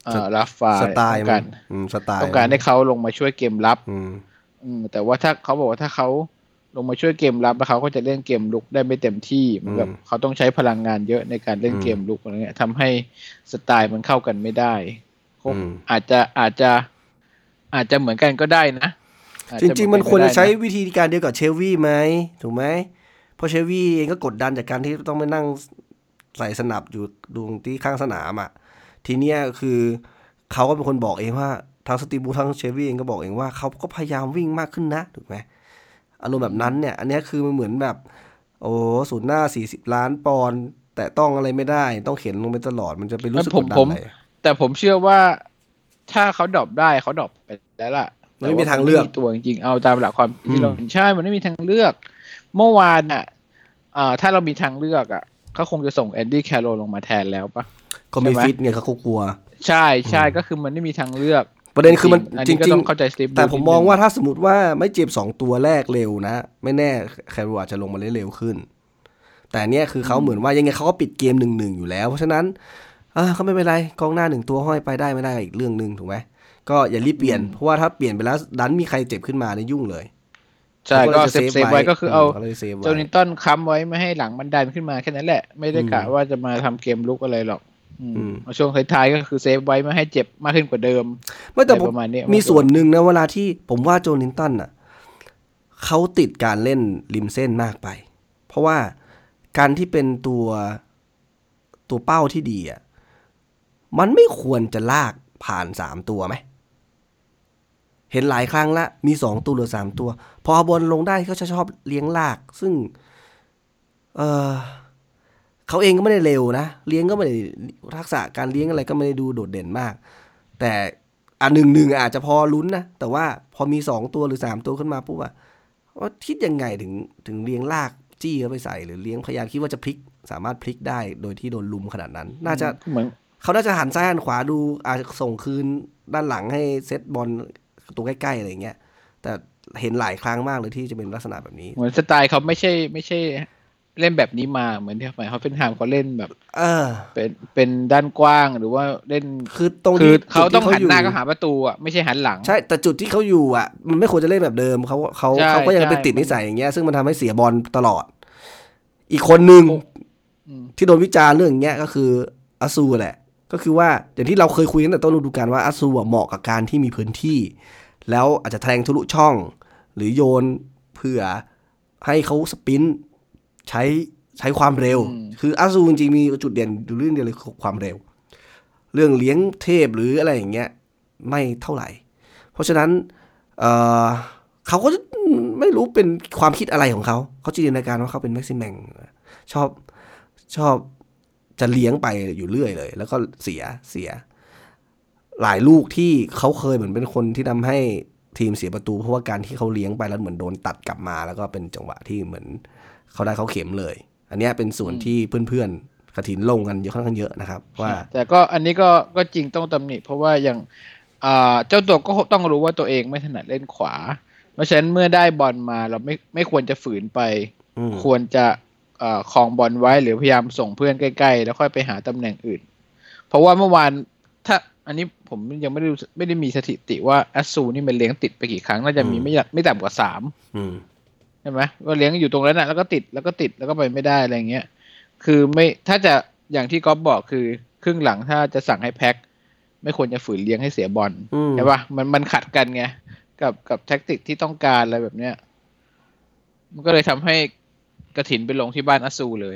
อ่าราฟาสไตต้อล์งมักาน รอืมสไตล์ต้องการให้เขาลงมาช่วยเกมรับอืมอืมแต่ว่าถ้าเขาบอกว่าถ้าเขาลงมาช่วยเกมรับแล้วเขาก็จะเล่นเกมลุกได้ไม่เต็มที่เหมือนแบบเขาต้องใช้พลังงานเยอะในการเล่นเกมลุกอะไรเงี้ยทำให้สไตล์มันเข้ากันไม่ได้อืมอาจจะอาจจะอาจจะเหมือนกันก็ได้นะอาจริงๆมันควรจะใช้เหอกัวิธีการเดียวกับเชลวี่ไหมถูกไหมเพราะเชลวี่เองก็กดดันจากการที่ต้องไปนั่งใส่สนับอยู่ดูที่ข้างสนามอ่ะทีเนี้ยคือเขาก็เป็นคนบอกเองว่าทางสตีบูทั้งเชลวี่เองก็บอกเองว่าเขาก็พยายามวิ่งมากขึ้นนะถูกไหมอารมณ์แบบนั้นเนี่ยอันนี้คือมันเหมือนแบบโอ้ศูนย์หน้าสี่สิบล้านปอนด์แต่ต้องอะไรไม่ได้ต้องเข็นลงไปตลอดมันจะไปรู้สึกกดดันอะไรแต่ผมเชื่อว่าถ้าเขาดรอปได้เขาดรอปไปแล้วล่ะไม่มีทางเลือกตัวจริงๆเอาตามหลักความที่เราใช่มันไม่มีทางเลือกเมื่อวานอ่ะอ่าถ้าเรามีทางเลือกอ่ะเขาคงจะส่งแอนดี้แคโรลลงมาแทนแล้วปะก็มีฟิตเนี่ยเขากลัวใช่ใช่ก็คือมันไม่มีทางเลือกประเด็นคือมันจริงๆแต่ผมมองว่าถ้าสมมติว่าไม่เจ็บสองตัวแรกเร็วนะไม่แน่แคโรอาจจะลงมาเร็วขึ้นแต่เนี่ยคือเขาเหมือนว่ายังไงเขาก็ปิดเกมหนึ่งหนึ่งอยู่แล้วเพราะฉะนั้นอ่าเขาไม่เป็นไรกองหน้าหนึ่งตัวห้อยไปได้ไม่ได้อีกเรื่องนึงถูกไหมก็อย่ารีบเปลี่ยนเพราะว่าถ้าเปลี่ยนไปแล้วดันมีใครเจ็บขึ้นมาในยุ่งเลยใช่ก็เซฟเซฟไว้ก็คือเอาโจลินตันค้ำไว้ไม่ให้หลังมันดันขึ้นมาแค่นั้นแหละไม่ได้กะว่าจะมาทำเกมลุกอะไรหรอกช่วงท้ายๆก็คือเซฟไว้ไม่ให้เจ็บมากขึ้นกว่าเดิมไม่แต่ประมาณนี้มีส่วนหนึ่งนะเวลาที่ผมว่าโจลินตันอ่ะเขาติดการเล่นริมเส้นมากไปเพราะว่าการที่เป็นตัวตัวเป้าที่ดีอ่ะมันไม่ควรจะลากผ่านสามตัวไหมเห็นหลายครั้งละมีสองตัวหรือสามตัวพอบอลลงได้เขาจะชอบเลี้ยงลากซึ่งเออเขาเองก็ไม่ได้เร็วนะเลี้ยงก็ไม่ได้ทักษะการเลี้ยงอะไรก็ไม่ได้ดูโดดเด่นมากแต่อันหนึ่งหนึ่งอาจจะพอลุ้นนะแต่ว่าพอมีสองตัวหรือสามตัวขึ้นมาปุ๊บอะว่าคิดยังไงถึงถึงเลี้ยงลากจี้เข้าไปใส่หรือเลี้ยงพยายามคิดว่าจะพลิกสามารถพลิกได้โดยที่โดนลุมขนาดนั้นน่าจะเหมือนเขาน่าจะหันซ้ายหันขวาดูอาจจะส่งคืนด้านหลังให้เซตบอลตัวใกล้ๆอะไรเงี้ยแต่เห็นหลายครั้งมากเลยที่จะเป็นลักษณะแบบนี้เหมือนสไตล์เขาไม่ใช่ไม่ใช่เล่นแบบนี้มาเหมือนที่หมายเขาเป็นทางเขาเล่นแบบเออเป็นเป็นด้านกว้างหรือว่าเล่นคือตรงคือเขาต้องหันหน้าก็หาประตูอ่ะไม่ใช่หันหลังใช่แต่จุดที่เขาอยู่อ่ะมันไม่ควรจะเล่นแบบเดิมเขาเขาเขาก็ยังไปติดนิสัยอย่างเงี้ยซึ่งมันทำให้เสียบอลตลอดอีกคนนึงที่โดนวิจารณ์เรื่องอย่างเงี้ยก็คืออาซูแหละก็คือว่าอย่างที่เราเคยคุยตั้งแต่ต้นฤดูกาลว่าอาซูเหมาะกับการที่มีพื้นที่แล้วอาจจะแทงทะลุช่องหรือโยนเผื่อให้เขาสปินใช้ใช้ความเร็วคืออาซูจริงๆมีจุดเด่นอยู่เรื่องเดียวเลยคือความเร็วเรื่องเลี้ยงเทพหรืออะไรอย่างเงี้ยไม่เท่าไหร่เพราะฉะนั้นเอ่อเขาก็ไม่รู้เป็นความคิดอะไรของเขาเขาจินตนาการว่าเขาเป็นแม็กซิแมงชอบชอบจะเลี้ยงไปอยู่เรื่อยเลยแล้วก็เสียเสียหลายลูกที่เขาเคยเหมือนเป็นคนที่ทำให้ทีมเสียประตูเพราะว่าการที่เขาเลี้ยงไปแล้วเหมือนโดนตัดกลับมาแล้วก็เป็นจังหวะที่เหมือนเขาได้เขาเข็มเลยอันนี้เป็นส่วนที่เพื่อนๆกระถินลงกันเยอะค่อนข้างเยอะนะครับว่าแต่ก็อันนี้ก็ก็จริงต้องตำหนิเพราะว่าอย่างอ่าเจ้าตัวก็ต้องรู้ว่าตัวเองไม่ถนัดเล่นขวาเพราะฉะนั้นเมื่อได้บอลมาเราไม่ไม่ควรจะฝืนไปควรจะอ่าครองบอลไว้หรือพยายามส่งเพื่อนใกล้ๆแล้วค่อยไปหาตำแหน่งอื่นเพราะว่าเมื่อวานถ้าอันนี้ผมยังไม่ได้ไม่ได้มีสถิติว่าอัสซูนี่มันเลี้ยงติดไปกี่ครั้งน่าจะมีไม่ไม่ต่ำกว่าสามใช่ไหมก็เลี้ยงอยู่ตรงนั้นนะแล้วก็ติดแล้วก็ติดแล้วก็ไปไม่ได้อะไรเงี้ยคือไม่ถ้าจะอย่างที่ก๊อฟบอกคือครึ่งหลังถ้าจะสั่งให้แพ็คไม่ควรจะฝืนเลี้ยงให้เสียบอลใช่ป่ะมันมันขัดกันไงกับกับแท็กติกที่ต้องการอะไรแบบเนี้ยมันก็เลยทำให้กระถินไปลงที่บ้านอัสซูเลย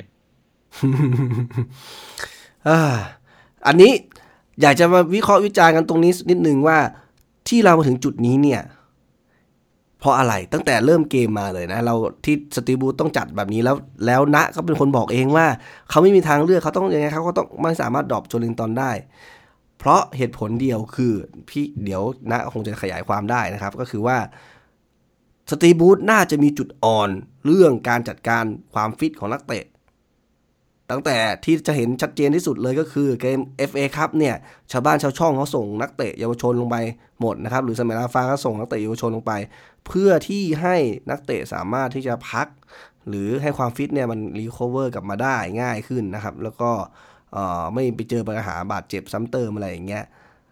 อันนี้อยากจะมาวิเคราะห์วิจารณ์กันตรงนี้นิดนึงว่าที่เรามาถึงจุดนี้เนี่ยเพราะอะไรตั้งแต่เริ่มเกมมาเลยนะเราที่สตีบูธต้องจัดแบบนี้แล้วแล้วณก็เป็นคนบอกเองว่าเขาไม่มีทางเลือกเขาต้องยังไงเขาก็ต้องไม่สามารถดรอปโจลินตันได้เพราะเหตุผลเดียวคือพี่เดี๋ยวณคงจะขยายความได้นะครับก็คือว่าสตีบูธน่าจะมีจุดอ่อนเรื่องการจัดการความฟิตของนักเตะตั้งแต่ที่จะเห็นชัดเจนที่สุดเลยก็คือเกม เอฟ เอ Cup เนี่ยชาวบ้านชาวช่องเขาส่งนักเตะเยาวชนลงไปหมดนะครับหรือสมัยลาฟ้าก็ส่งนักเตะเยาวชนลงไปเพื่อที่ให้นักเตะสามารถที่จะพักหรือให้ความฟิตเนี่ยมันรีคอเวอร์กลับมาได้ง่ายขึ้นนะครับแล้วก็ไม่ไปเจอปัญหาบาดเจ็บซ้ำเติมอะไรอย่างเงี้ย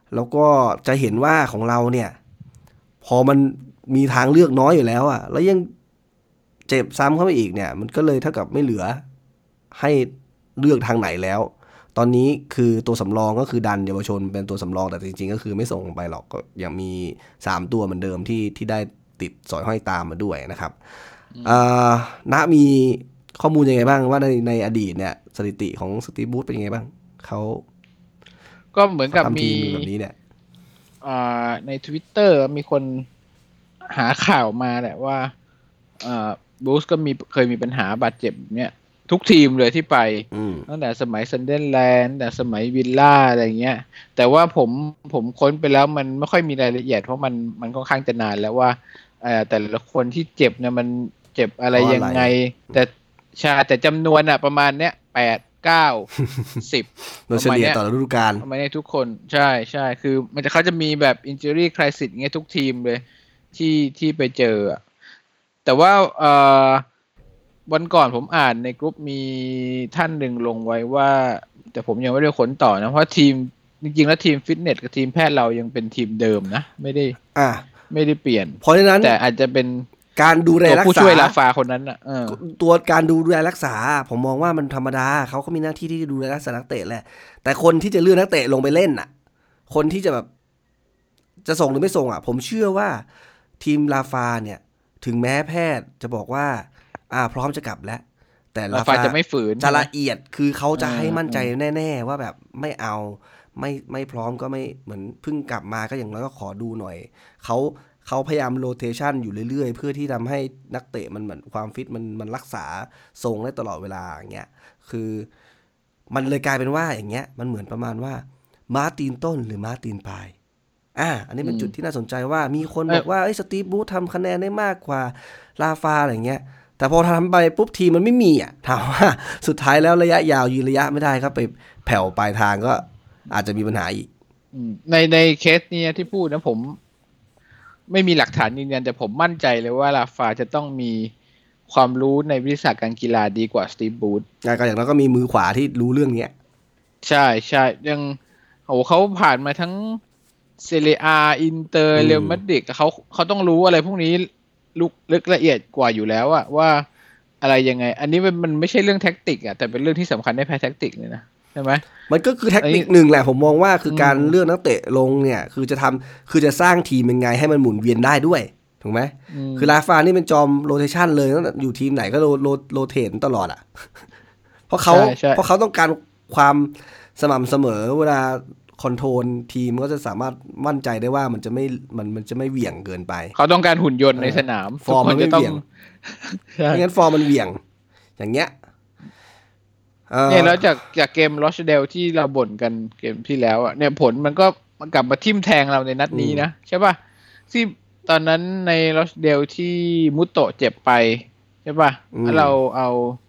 แล้วก็จะเห็นว่าของเราเนี่ยพอมันมีทางเลือกน้อยอยู่แล้วอ่ะแล้วยังเจ็บซ้ำเข้าไปอีกเนี่ยมันก็เลยเท่ากับไม่เหลือให้เลือกทางไหนแล้วตอนนี้คือตัวสำรองก็คือดันเยาวชนเป็นตัวสำรองแต่จริงๆก็คือไม่ส่งไปหรอกก็ยังมีสามตัวเหมือนเดิมที่ที่ได้ติดสอยห้อยตามมาด้วยนะครับอ่าณมีข้อมูลยังไงบ้างว่าในในอดีตเนี่ยสถิติของสตีฟบูธเป็นยังไงบ้างเขาก็เหมือนกับมีแบบนี้เนี่ยใน Twitter มีคนหาข่าวมาแหละว่าบูธก็มีเคยมีปัญหาบาดเจ็บเนี่ยทุกทีมเลยที่ไปตั้งแต่สมัยซันเดอร์แลนด์แต่สมัยวิลล่าอะไรเงี้ยแต่ว่าผมผมค้นไปแล้วมันไม่ค่อยมีรายละเอียดเพราะมันมันค่อนข้างจะนานแล้วว่าแต่ละคนที่เจ็บเนี่ยมันเจ็บอะไรยังไงแต่ใช่แต่จำนวนอ่ะประมาณเนี้ยแปดเก้าสิบโดยเฉลี่ยต่อฤดูกาลประมาณนี้ทุกคนใช่ใช่คือมันจะเขาจะมีแบบ injury crisis เงี้ยทุกทีมเลยที่ที่ไปเจอแต่ว่าเอ่อวันก่อนผมอ่านในกลุ่มมีท่านหนึ่งลงไว้ว่าแต่ผมยังไม่ได้ค้นต่อนะเพราะทีมจริงๆแล้วทีมฟิตเนสกับทีมแพทย์เรายังเป็นทีมเดิมนะไม่ได้อ่าไม่ได้เปลี่ยนเพราะฉะนั้นแต่อาจจะเป็นการดูแลรักษาผู้ช่วยลาฟาคนนั้นอ่ะตัวการดูแลรักษาผมมองว่ามันธรรมดาเขาก็มีหน้าที่ที่จะดูแลรักษานักเตะแหละแต่คนที่จะเลือกนักเตะลงไปเล่นอ่ะคนที่จะแบบจะส่งหรือไม่ส่งอ่ะผมเชื่อว่าทีมลาฟาเนี่ยถึงแม้แพทย์จะบอกว่าอ่าพร้อมจะกลับแล้วแต่ลาฟาจะไม่ฝืนจะละเอียดคือเขาจะให้มั่นใจแน่ๆว่าแบบไม่เอาไม่ไม่พร้อมก็ไม่เหมือนเพิ่งกลับมาก็อย่างน้อยก็ขอดูหน่อยเขาเขาพยายามโรเทชันอยู่เรื่อยๆเพื่อที่ทำให้นักเตะมันเหมือนความฟิตมันมันรักษาทรงได้ตลอดเวลาอย่างเงี้ยคือมันเลยกลายเป็นว่าอย่างเงี้ยมันเหมือนประมาณว่ามาร์ตินต้นหรือมาร์ตินปลายอ่าอันนี้เป็นจุดที่น่าสนใจว่ามีคนบอกว่าไอ้สตีฟบูธทำคะแนนได้มากกว่าลาฟาอะไรเงี้ยแต่พอทำไปปุ๊บทีมันไม่มีอ่ะถามว่าสุดท้ายแล้วระยะยาวยืนระยะไม่ได้ครับไปแผ่วปลายทางก็อาจจะมีปัญหาอีกในในเคสนี้ที่พูดนะผมไม่มีหลักฐานยืนยันแต่ผมมั่นใจเลยว่าลาฟาจะต้องมีความรู้ในวิทยาศาสตร์การกีฬาดีกว่าสตีฟบูธก็อย่างนั้นก็มีมือขวาที่รู้เรื่องนี้ใช่ใช่ยังโอ้เขาผ่านมาทั้งเซเรียอาอินเตอร์เรอัลมาดริดเขาเขาต้องรู้อะไรพวกนี้ลุกลึกละเอียดกว่าอยู่แล้วอะว่าอะไรยังไงอันนี้มันมันไม่ใช่เรื่องแท็กติกอะแต่เป็นเรื่องที่สำคัญในแพ้แท็กติกเลยนะใช่ไหมมันก็คือแท็กติกหนึ่งแหละผมมองว่าคือการเลือกนักเตะลงเนี่ยคือจะทำคือจะสร้างทีมยังไงให้มันหมุนเวียนได้ด้วยถูกไหมคือลาฟานี่เป็นจอมโรเทชันเลยตั้งแต่อยู่ทีมไหนก็โรโรโรเทตตลอดอ่ะเพราะเขาเพราะเขาต้องการความสม่ำเสมอเวลาคอนโทรลทีมก็จะสามารถมั่นใจได้ว่ามันจะไม่มันมันจะไม่เหวี่ยงเกินไปเขาต้องการหุ่นยนต์ในสนามฟอร์มมันไม่เหวี่ยงไม่งั้นฟอร์มมันเหวี่ยงอย่างเงี้ยเนี่ยแล้วจากจากเกมลอชเดลที่เราบ่นกันเกมที่แล้วอ่ะเนี่ยผลมันก็มันกลับมาทิ่มแทงเราในนัดนี้นะใช่ป่ะที่ตอนนั้นในลอชเดลที่มุตโตะเจ็บไปใช่ป่ะแล้วเราเอา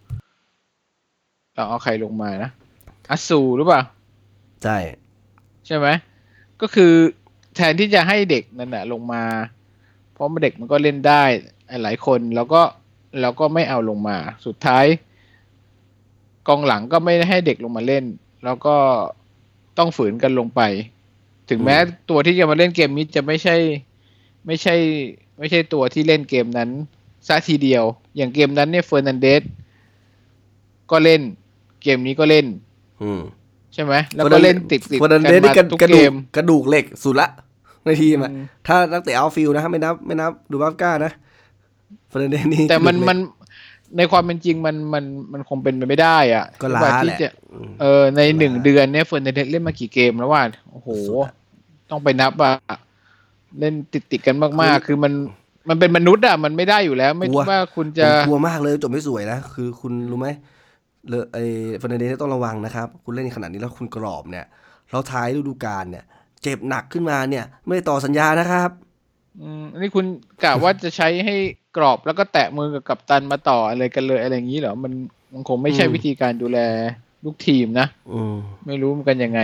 เราเอาใครลงมานะอัสซูหรือเปล่าใช่ใช่ไหมก็คือแทนที่จะให้เด็กนั่นแหละลงมาเพราะเด็กมันก็เล่นได้หลายคนแล้วก็แล้วก็ไม่เอาลงมาสุดท้ายกองหลังก็ไม่ได้ให้เด็กลงมาเล่นแล้วก็ต้องฝืนกันลงไปถึงแม้ตัวที่จะมาเล่นเกมนี้จะไม่ใช่ไม่ใช่ไม่ใช่ตัวที่เล่นเกมนั้นซะทีเดียวอย่างเกมนั้นเนี่ยเฟอร์นันเดสก็เล่นเกมนี้ก็เล่นใช่ไหมแล้วก็เล่นติดติดกันมาทุกเกมกระดูกเหล็กสุดละในทีมอ่ะถ้านักเตะเอาฟิลนะไม่นับไม่นับดูบัฟก้านะเฟอร์นันเดสนี่แต่มันมันในความเป็นจริงมันมันมันคงเป็นไปไม่ได้อ่ะก็ล้าแหละเออในหนึ่งเดือนเนี่ยเฟอร์นันเดสเล่นมากี่เกมแล้วว่าโอ้โหต้องไปนับอ่ะเล่นติดติดกันมากๆคือมันมันเป็นมนุษย์อ่ะมันไม่ได้อยู่แล้วไม่ว่าคุณจะกลัวมากเลยจบไม่สวยนะคือคุณรู้ไหมเลยไอ้เฟอร์นันเดสต้องระวังนะครับคุณเล่นขนาดนี้แล้วคุณกรอบเนี่ยแล้วท้ายฤดูกาลเนี่ยเจ็บหนักขึ้นมาเนี่ยไม่ได้ต่อสัญญานะครับอืมนี่คุณกะว่าจะใช้ให้กรอบแล้วก็แตะมือกับกัปตันมาต่ออะไรกันเลยอะไรอย่างนี้เหรอมันมันคงไม่ใช่วิธีการดูแลลูกทีมนะอืมไม่รู้มันกันยังไง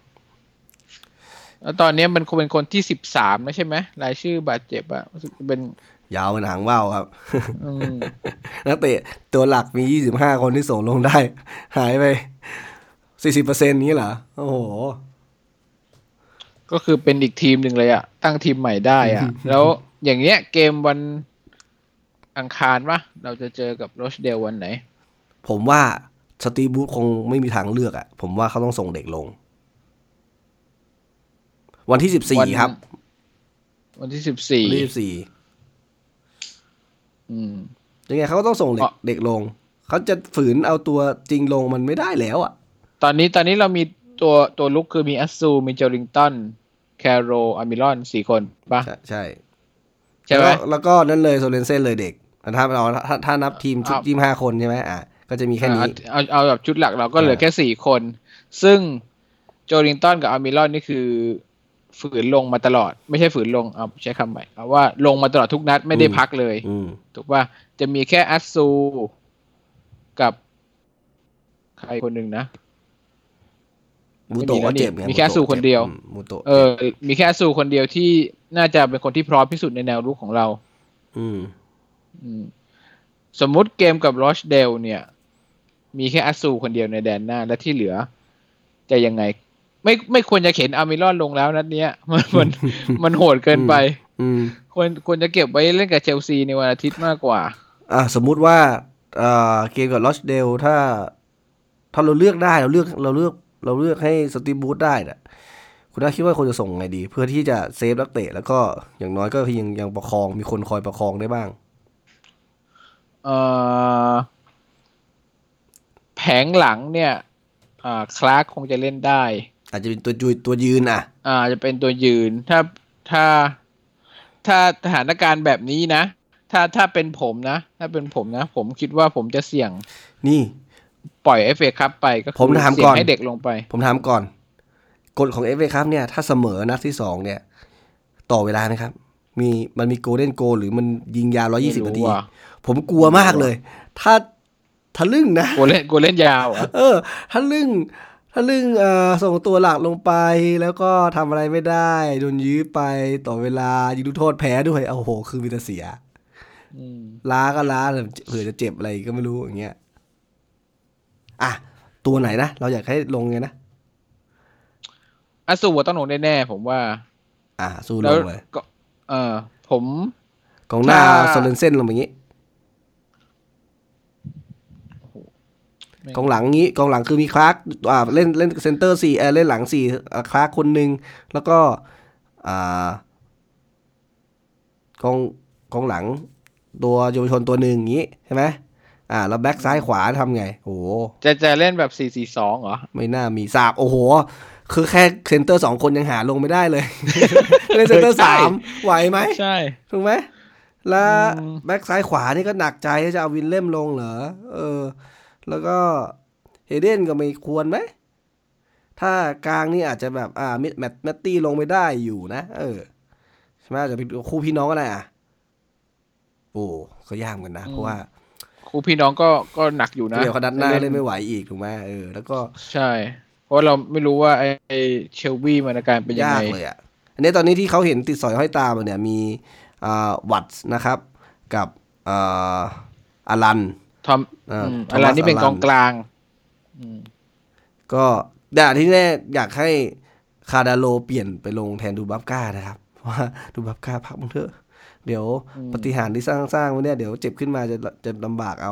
แล้วตอนนี้มันคงเป็นคนที่สิบสามนะใช่ไหมรายชื่อบาดเจ็บอ่ะรู้สึกเป็นยาวเป็นหางว่าวครับนักเตะตัวหลักมียี่สิบห้าคนที่ส่งลงได้หายไป สี่สิบเปอร์เซ็นต์ นี้เหรอโอ้โหก็คือเป็นอีกทีมหนึ่งเลยอะตั้งทีมใหม่ได้อะ แล้วอย่างเงี้ยเกมวันอังคารปะเราจะเจอกับโรชเดลวันไหนผมว่าสตีบูธคงไม่มีทางเลือกอะผมว่าเขาต้องส่งเด็กลง วันที่สิบสี่วันครับวันที่สิบสี่วันที่สิบสี่อืมยังไงเขาก็ต้องส่งเด็กเด็กลง เขาจะฝืนเอาตัวจริงลงมันไม่ได้แล้วอะตอนนี้ตอนนี้เรามีตัวตัวลุกคือมีอัสซูมีเจอริงตันแคโรอามิรอนสี่คนปะใช่ใช่ใช่ไหมแล้วก็นั่นเลยโซเลนเซนเลยเด็กถ้าเราถ้าถ้านับทีมชุดทีมห้าคนใช่ไหมอ่ะก็จะมีแค่นี้เอาเอาแบบชุดหลักเราก็เหลือแค่สี่คน ซึ่งโจลิงตันกับอามิรอนนี่คือฝืนลงมาตลอดไม่ใช่ฝืนลงเอาใช้คำใหม่เอาว่าลงมาตลอดทุกนัดไม่ได้พักเลยถูกป่ะจะมีแค่อัสซูกับใครคนหนึ่งนะมูโตะก็เจ็บไงมีแค่อัสซูคนเดียวมูโตะเออมีแค่อัสซูคนเดียวที่น่าจะเป็นคนที่พร้อมที่สุดในแนวรุกของเราอืมอืมสมมุติเกมกับโรชเดลเนี่ยมีแค่อัสซูคนเดียวในแดนหน้าและที่เหลือจะยังไงไม่ไม่ควรจะเข็นอามิรอนลงแล้วนัดเนี้ยมันมันมันโหดเกินไปควรควรจะเก็บไว้เล่นกับเชลซีในวันอาทิตย์มากกว่าอ่ะสมมุติว่าอ่าเกมกับโรชเดลถ้าถ้าเราเลือกได้เราเลือกเราเลือกเราเลือกให้สตีฟบูธได้น่ะคุณน่าคิดว่าควรจะส่งไงดีเพื่อที่จะเซฟนักเตะแล้วก็อย่างน้อยก็ยังยังประคองมีคนคอยประคองได้บ้างเอ่อแผงหลังเนี่ยอ่าคลาร์กคงจะเล่นได้อาจจะเป็นตัวยืนตัวยืนอ่ะอ่าจะเป็นตัวยืนถ้าถ้าถ้าสถานการณ์แบบนี้นะถ้าถ้าเป็นผมนะถ้าเป็นผมนะผมคิดว่าผมจะเสี่ยงนี่ปล่อย เอฟ เอ Cup ไปก็คือเสี่ยงให้เด็กลงไปผมถามก่อนกฎของ เอฟ เอ Cup เนี่ยถ้าเสมอนัดที่สองเนี่ยต่อเวลาไหมครับมีมันมีโกลเด้นโกลหรือมันยิงยาวหนึ่งร้อยยี่สิบนาทีผมกลัวมากเลยถ้าทะลึ่งนะโกเล่นโกเล่นยาวอ่ะเออทะลึ่งทะลึ่งเอ่อส่งตัวหลักลงไปแล้วก็ทำอะไรไม่ได้โดนยื้อไปต่อเวลายิงลูกโทษแพ้ด้วยโอ้โหคือมีแต่เสียล้าก็ล้าเผื่อจะเจ็บอะไรก็ไม่รู้อย่างเงี้ยอ่ะตัวไหนนะเราอยากให้ลงไงนะอาสูต้องลงแน่ๆผมว่าอ่ะสู้ลงเลยก็เออผมกองหน้าโซเลนเซนลงอย่างงี้กองหลังงี้กองหลังคือมีคลาร์กอ่าเล่นเล่นเซนเตอร์สี่เออเล่นหลังสี่คลาร์กคนนึงแล้วก็อ่ากองกองหลังตัวเยาวชนตัวนึงอย่างงี้ใช่ไหมอ่าแล้วแบ็คซ้ายขวาทำไงโอ้โหจะจะเล่นแบบ สี่ สี่ สอง เหรอไม่น่ามีสาบโอ้โหคือแค่เซนเตอร์สองคนยังหาลงไม่ได้เลยเล่นเซนเตอร์สามไหวไหมใช่ถูกไหมแล้วแบ็คซ้ายขวานี่ก็หนักใจจะเอาวินเล่มลงเหรอเออแล้วก็เฮเดนก็ไม่ควรไหมถ้ากลางนี่อาจจะแบบอ่ามิดแมตแมตตี้ลงไม่ได้อยู่นะเออใช่ไหมจะเป็นคู่พี่น้องก็ได้อ่ะโอ้ก็ยากเหมือนกันนะเพราะว่าคู่พี่น้องก็ก็หนักอยู่นะเดี๋ยวเขาดันหน้าเล่นไม่ไหวอีกถูกไหมเออแล้วก็ใช่เพราะเราไม่รู้ว่าไอ้เชลบี้มันอาการเป็นยังไงยากเลยอ่ะอันนี้ตอนนี้ที่เขาเห็นติดสอยห้อยตามเนี่ยมีอ่าวัตส์นะครับกับอ่าอารันทอมอารันนี่เป็นกองกลางก็แต่ที่แน่อยากให้คาดาโลเปลี่ยนไปลงแทนดูบัฟก้านะครับเพราะว่าดูบัฟก้าพักมึงเถอะเดี๋ยวปฏิหารที่สร้างสร้างวันนี้เดี๋ยวเจ็บขึ้นมาจะจะลำบากเอา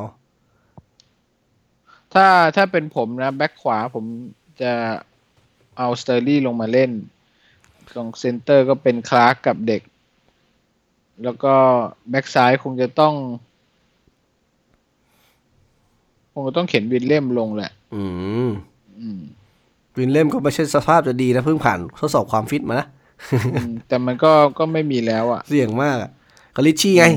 ถ้าถ้าเป็นผมนะแบ็คขวาผมจะเอาสเตอร์ลี่ลงมาเล่นกองเซนเตอร์ก็เป็นคลาร์กกับเด็กแล้วก็แบ็คซ้ายคงจะต้องคงจะต้องเข็นวินเล่มลงแหละอืมวินเล่มก็ไม่ใช่สภาพจะดีนะเพิ่งผ่านทดสอบความฟิตมานะแต่มันก็ก็ไม่มีแล้วอ่ะเสี่ยงมากกาลิชี่ไง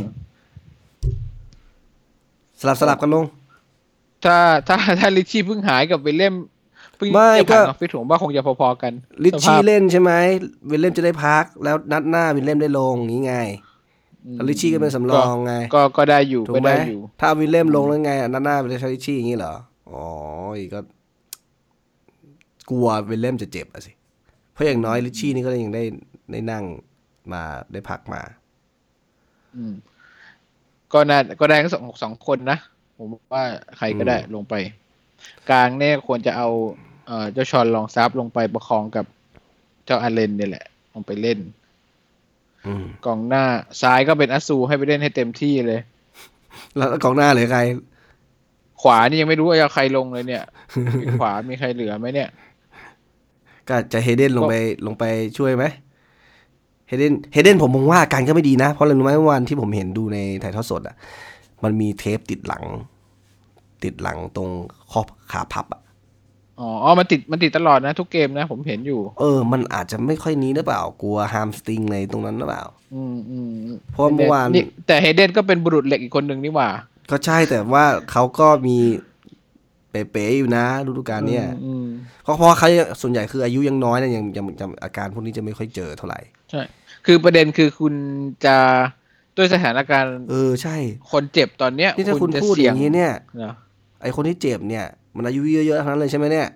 สลับสลับกันลงถ้าถ้าถ้าลิชี่เพิ่งหายกับวินเล่มไม่ก็ฟิตผมว่าคงจะพอๆกันลิชี่เล่นใช่ไหมวินเล่มจะได้พักแล้วนัดหน้าวินเล่มได้ลงนี้ไงลิชี่ก็เป็นสำรองไงก็ก็ได้อยู่ก็ได้อยู่ถ้าวินเล่มลงแล้วไงนัดหน้าเป็นลิชี่อย่างนี้เหรออ๋อก็กลัววินเล่มจะเจ็บอ่ะสิเพราะอย่างน้อยลิชี่นี่ก็ยังได้ได้นั่งมาได้พักมาอืมก็น่าก็ได้ทั้งสองสองคนนะผมว่าใครก็ได้ลงไปกลางเนี่ยควรจะเอาเอ่อเจ้าชอนลองซับลงไปประคองกับเจ้าอาเลนเนี่ยแหละลงไปเล่นอืมกองหน้าซ้ายก็เป็นอัสซูให้ไปเล่นให้เต็มที่เลยแล้วกองหน้าเหลือใครขวานี่ยังไม่รู้ว่าจะเอาใครลงเลยเนี่ย ขวามีใครเหลือไหมเนี่ยก็จะเฮเดนลงไปลงไปช่วยไหมเฮเดนเฮเดนผมมองว่าการก็ไม่ดีนะเพราะอะไรรู้ไหมเมื่อวานที่ผมเห็นดูในถ่ายทอดสดอ่ะมันมีเทปติดหลัง ติดหลังตรงข้อขาพับอ่ะอ๋อมันติดมันติดตลอดนะทุกเกมนะผมเห็นอยู่เออมันอาจจะไม่ค่อยนี้หรือเปล่ากลัวฮามสตริงในตรงนั้นหรือเปล่าอืมอืมเพราะเมื่อวานแต่เฮเดนก็เป็นบุรุษเหล็กอีกคนหนึ่งนี่หว่าก็ใช่แต่ว่าเขาก็มีเป๋ๆอยู่นะฤดูกาลเนี้ยเพราะเพราะเขาส่วนใหญ่คืออายุยังน้อยเนี่ยยังยังยังอาการพวกนี้จะไม่ค่อยเจอเท่าไหร่ใช่คือประเด็นคือคุณจะด้วยสถานการณ์เออใช่คนเจ็บตอนเนี้ยนี่ถ้าคุณพูดอย่างนี้เนี่ยไอคนที่เจ็บเนี่ยมันอายุเยอะๆทั้งนั้นเลยใช่ไหมเนี่ย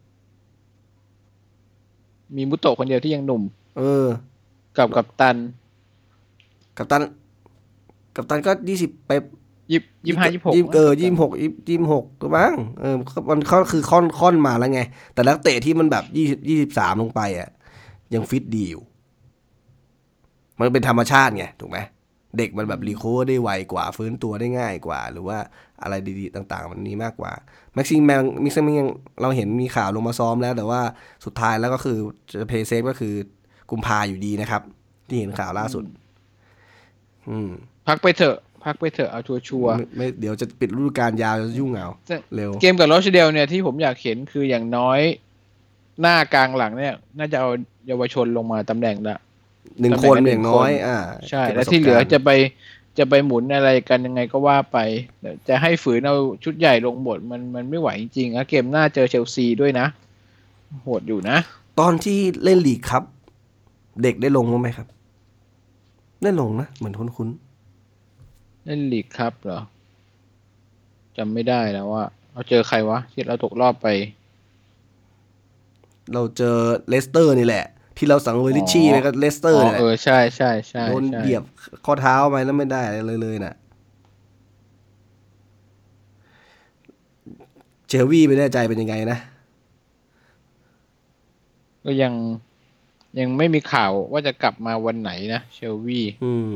มีมุโตะคนเดียวที่ยังหนุ่มเออกับกัปตันกัปตันกัปตันก็ยี่สิบไปยี่ยี่ห้ายี่หกยี่เออยี่หกยี่หกก็บ้างเออมันเขาคือค่อนค่อนมาแล้วไงแต่นักเตะที่มันแบบยี่สิบยี่สิบสามลงไปอ่ะยังฟิตดีอยู่มันเป็นธรรมชาติไงถูกไหมเด็กมันแบบรีโคเวอร์ได้ไวกว่าฟื้นตัวได้ง่ายกว่าหรือว่าอะไรดีๆต่างๆมันนี้มากกว่าแม็กซิมแมงมิกซ์มิงเราเห็นมีข่าวลงมาซ้อมแล้วแต่ว่าสุดท้ายแล้วก็คือจะเพย์เซฟก็คือกุมภาอยู่ดีนะครับที่เห็นข่าวล่าสุดอืมพักไปเถอะพักไปเถอะเอาชัวร์ๆไม่เดี๋ยวจะปิดฤดูกาลยาวจะยุ่งเอาเร็วเกมกับโรชเดลเนี่ยที่ผมอยากเห็นคืออย่างน้อยหน้ากลางหลังเนี่ยน่าจะเอาเยาวชนลงมาตำแหน่งละหนึ่งคนอย่างน้อยอ่าใช่แล้วที่เหลือจะไปจะไปหมุนอะไรกันยังไงก็ว่าไปจะให้ฝืนเอาชุดใหญ่ลงหมดมันมันไม่ไหวจริงๆนะเกมหน้าเจอเชลซีด้วยนะโหดอยู่นะตอนที่เล่นลีกครับเด็กได้ลงมั้ยไหมครับได้ลงนะเหมือนคุ้นๆเล่นลีกครับเหรอจำไม่ได้แล้วว่าเราเจอใครวะที่เราตกรอบไปเราเจอเลสเตอร์นี่แหละที่เราสังเวยลิชี่ไปก็เลสเตอร์นี่แหละเออใช่ใช่ใช่โดนเหยียบข้อเท้าไปแล้วไม่ได้เลยเลยน่ะเชลวี่ไม่แน่ใจเป็นยังไงนะก็ยังยังไม่มีข่าวว่าจะกลับมาวันไหนนะเชลวี่อืม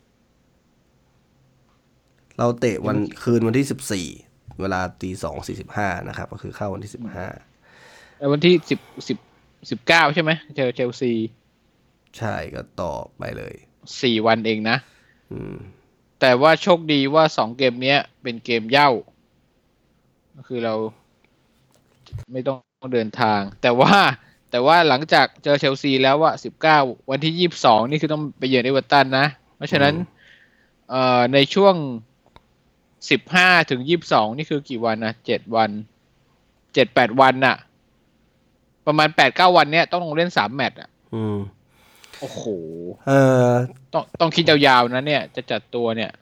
เราเตะวันคืนวันที่สิบสี่เวลาตีสองสี่สิบห้านะครับก็คือเข้าวันที่สิบห้าแล้ววันที่สิบสิบสิบเก้าใช่ไหมเจอเชลซีใช่ก็ต่อไปเลยสี่วันเองนะอืมแต่ว่าโชคดีว่าสองเกมนี้เป็นเกมเหย้าก็คือเราไม่ต้องเดินทางแต่ว่าแต่ว่าหลังจากเจอเชลซีแล้วว่าสิบเก้าวันที่ยี่สิบสองนี่คือต้องไปเยือนเอเวอร์ตันนะเพราะฉะนั้นเอ่อในช่วงสิบห้าถึงยี่สิบสองนี่คือกี่วันนะเจ็ดวันเจ็ดแปดวันน่ะประมาณแปดเก้าวันเนี้ยต้องลงเล่นสามแมตช์อ่ะอืมโอ้โหเออต้องต้องคิดยาวๆนะเนี่ยจะจัดตัวเนี่ย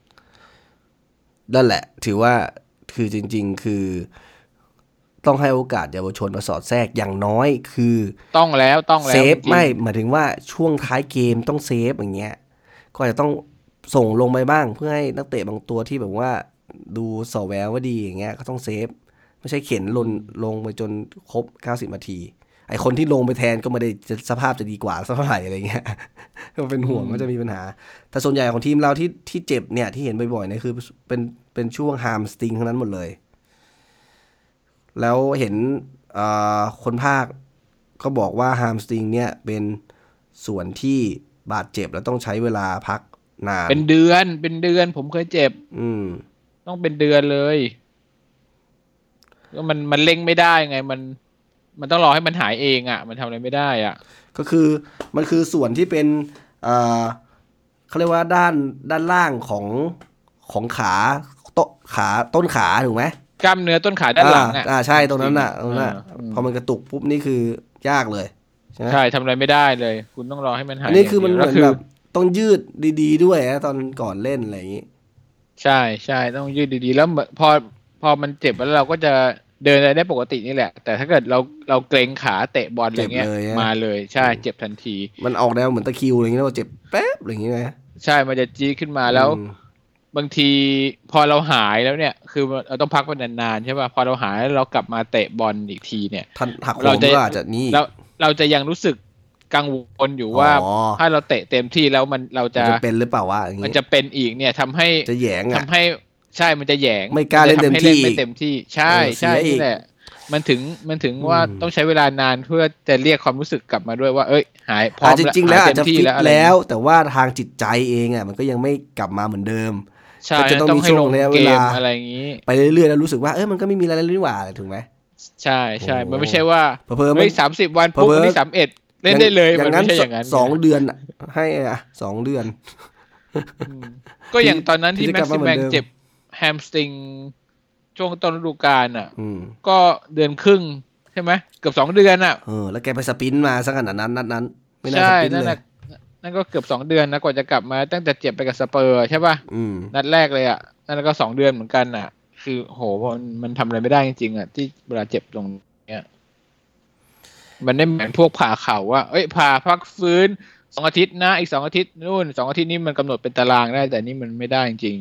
นั่นแหละถือว่าคือจริงๆคือต้องให้โอกาสเยาวชนมาสอดแทรกอย่างน้อยคือต้องแล้วต้องแล้วเซฟไม่หมายถึงว่าช่วงท้ายเกมต้องเซฟอย่างเงี้ยก็จะต้องส่งลงไปบ้างเพื่อให้นักเตะบางตัวที่แบบว่าดูสอแววว่าดีอย่างเงี้ยก็ต้องเซฟไม่ใช่เข็นลงลงไปจนครบเก้าสิบนาทีไอคนที่ลงไปแทนก็ไม่ได้สภาพจะดีกว่าเท่าไหร่อะไรเงี้ยก็เป็นห่วงว่าจะมีปัญหาแต่ส่วนใหญ่ของทีมเราที่ที่เจ็บเนี่ยที่เห็นบ่อยๆเนี่ยคือเป็นเป็นช่วงฮามสตริงทั้งนั้นหมดเลยแล้วเห็นคนภาคก็บอกว่าฮามสตริงเนี่ยเป็นส่วนที่บาดเจ็บแล้วต้องใช้เวลาพักนานเป็นเดือนเป็นเดือนผมเคยเจ็บอืมต้องเป็นเดือนเลยก็มันมันเล่งไม่ได้ไงมันมันต้องรอให้มันหายเองอ่ะมันทำอะไรไม่ได้อ่ะก็คือมันคือส่วนที่เป็นเอ่อเขาเรียกว่าด้านด้านล่างของของขาโตขาต้นขาถูกไหมกล้ามเนื้อต้นขาด้านหลังอ่ะอ่าใช่ตรงนั้นน่ะตรงนั้นพอมันกระตุกปุ๊บนี่คือยากเลยใช่ไหมใช่ทำอะไรไม่ได้เลยคุณต้องรอให้มันหายอันนี้คือมันเหมือนแบบต้องยืดดีๆด้วยนะตอนก่อนเล่นอะไรอย่างนี้ใช่ใช่ต้องยืดดีๆแล้วพอพอมันเจ็บแล้วเราก็จะเดินได้ปกตินี่แหละแต่ถ้าเกิดเราเราเกรงขาเตะบอลอะไรเงี้ยมาเลยใช่เจ็บทันทีมันออกแนวเหมือนตะคิวอะไรอย่างเงี้ยเราเจ็บแป๊บอะไรอย่างเงี้ยใช่มันจะจี๊ดขึ้นมาแล้วบางทีพอเราหายแล้วเนี่ยคือเราต้องพักไปนานๆใช่ป่ะพอเราหายแล้วเรากลับมาเตะบอลอีกทีเนี่ยเราจะอาจจะนี่เราเราจะยังรู้สึกกังวลอยู่ว่าถ้าเราเตะเต็มที่แล้วมันเราจะจะเป็นหรือเปล่าวะอย่างงี้มันจะเป็นอีกเนี่ยทำให้จะแหยงอ่ะทำให้ใช่มันจะแหยงไม่กล้าเล่นเต็มที่ไม่เต็มที่ใช่ใช่นี่แหละมันถึงมันถึงว่าต้องใช้เวลานานเพื่อจะเรียกความรู้สึกกลับมาด้วยว่าเอ้ยหายพร้อมแล้วจริงๆแล้วอาจจะฟิตแล้วแต่ว่าทางจิตใจเองอ่ะมันก็ยังไม่กลับมาเหมือนเดิมก็จะต้องมีช่วงระยะเวลาอะไรอย่างนี้ไปเรื่อยๆแล้วรู้สึกว่าเอ้ยมันก็ไม่มีอะไรแล้วนี่หว่าถูกไหมใช่ใช่มันไม่ใช่ว่าเฮ้ยสามสิบวันปุ๊บวันที่สามสิบเอ็ดเล่นได้เลยมันไม่ใช่อย่างนั้นสองเดือนให้อ่ะสองเดือนก็อย่างตอนนั้นที่แม็กซิแมงเจ็บแฮมสตริงช่วงต้นฤดูกาลอ่ะก็เดือนครึ่งใช่ไหมเกือบสองเดือนอ่ะเออแล้วแกไปสปินมาซะขนาดนั้นนัดนั้นไม่น่าสปินเลยนั่นก็เกือบสองเดือนนะกว่าจะกลับมาตั้งแต่เจ็บไปกับสเปอร์ใช่ป่ะนัดแรกเลยอ่ะนั่นก็สองเดือนเหมือนกันอ่ะคือโหมันมันทำอะไรไม่ได้จริงๆอ่ะที่เวลาเจ็บตรงเนี้ยมันไม่เหมือนพวกผ่าเข่าว่าเอ้ยผ่าพักฟื้นสองอาทิตย์นะอีกสองอาทิตย์นู่นสองอาทิตย์นี้มันกำหนดเป็นตารางได้แต่นี่มันไม่ได้จริง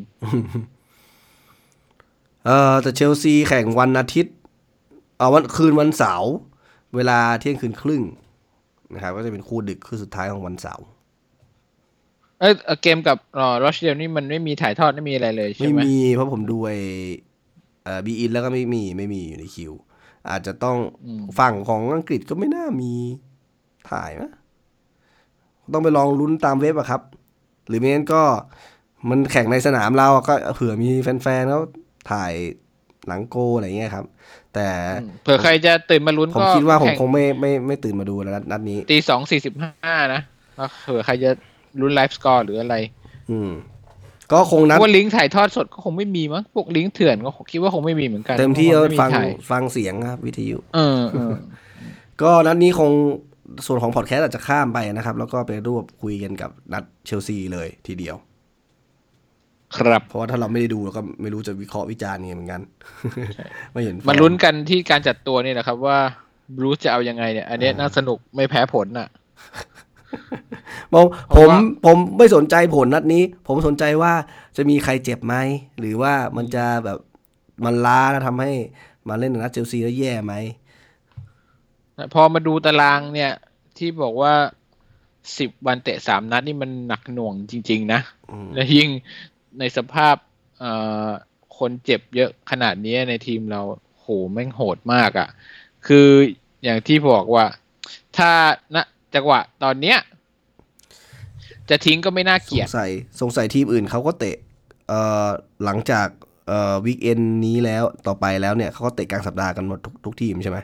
ๆเออแต่เชลซีแข่งวันอาทิตย์เอาวันคืนวันเสาร์เวลาเที่ยงคืนครึ่งนะครับก็จะเป็นคู่ดึกคือสุดท้ายของวันเสาร์เอ้ยเกมกับอ๋อโรชเดลนี่มันไม่มีถ่ายทอดไม่มีอะไรเลยใช่ไหมไม่มีเพราะผมดูไอ้เอ่อบีอินแล้วก็ไม่มีไม่มีอยู่ในคิวอาจจะต้องฝั่งของอังกฤษก็ไม่น่ามีถ่ายนะต้องไปลองลุ้นตามเว็บอะครับหรือไม่งั้นก็มันแข่งในสนามเราก็เผื่อมีแฟนๆเขาถ่ายหลังโกอะไรเงี้ยครับแต่เผื่อใครจะตื่นมาลุ้นก็ผมคิดว่าผมคงไม่ไม่ไม่ตื่นมาดูแล้วนัดนี้ตีสองสี่สิบห้านะเผื่อใครจะลุ้นไลฟ์สกอร์หรืออะไรอืมก็คงนัดว่าลิงก์ถ่ายทอดสดก็คงไม่มีมั้งพวกลิงก์เถื่อนก็คิดว่าคงไม่มีเหมือนกันเต็มที่ฟังฟังเสียงครับวิทยุเออเออก็นัดนี้คงส่วนของพอดแคสต์อาจจะข้ามไปนะครับแล้วก็ไปรวบคุยกันกับนัดเชลซีเลยทีเดียวครับเพราะว่าถ้าเราไม่ได้ดูเราก็ไม่รู้จะวิเคราะห์วิจารณ์เหมือนกันไม่เห็นมาลุ้นกันที่การจัดตัวนี่แหละครับว่าบรูซจะเอายังไงเนี่ยอันนี้น่าสนุกไม่แพ้ผลน่ะผมผมผมไม่สนใจผลนัดนี้ผมสนใจว่าจะมีใครเจ็บไหมหรือว่ามันจะแบบมันล้าแล้วทำให้มาเล่นนัดเชลซีแล้วแย่ไหมพอมาดูตารางเนี่ยที่บอกว่าสิบวันเตะสามนัดนี่มันหนักหน่วงจริงๆนะและยิ่งในสภาพคนเจ็บเยอะขนาดนี้ในทีมเราโหแม่งโหดมากอ่ะคืออย่างที่บอกว่าถ้าณจังหวะตอนเนี้ยจะทิ้งก็ไม่น่าเกลียดสงสัยสงสัยทีมอื่นเขาก็เตะเอ่อหลังจากเอ่อวีคเอนด์นี้แล้วต่อไปแล้วเนี่ยเขาก็เตะกลางสัปดาห์กันหมดทุกทุกทีมใช่ไหม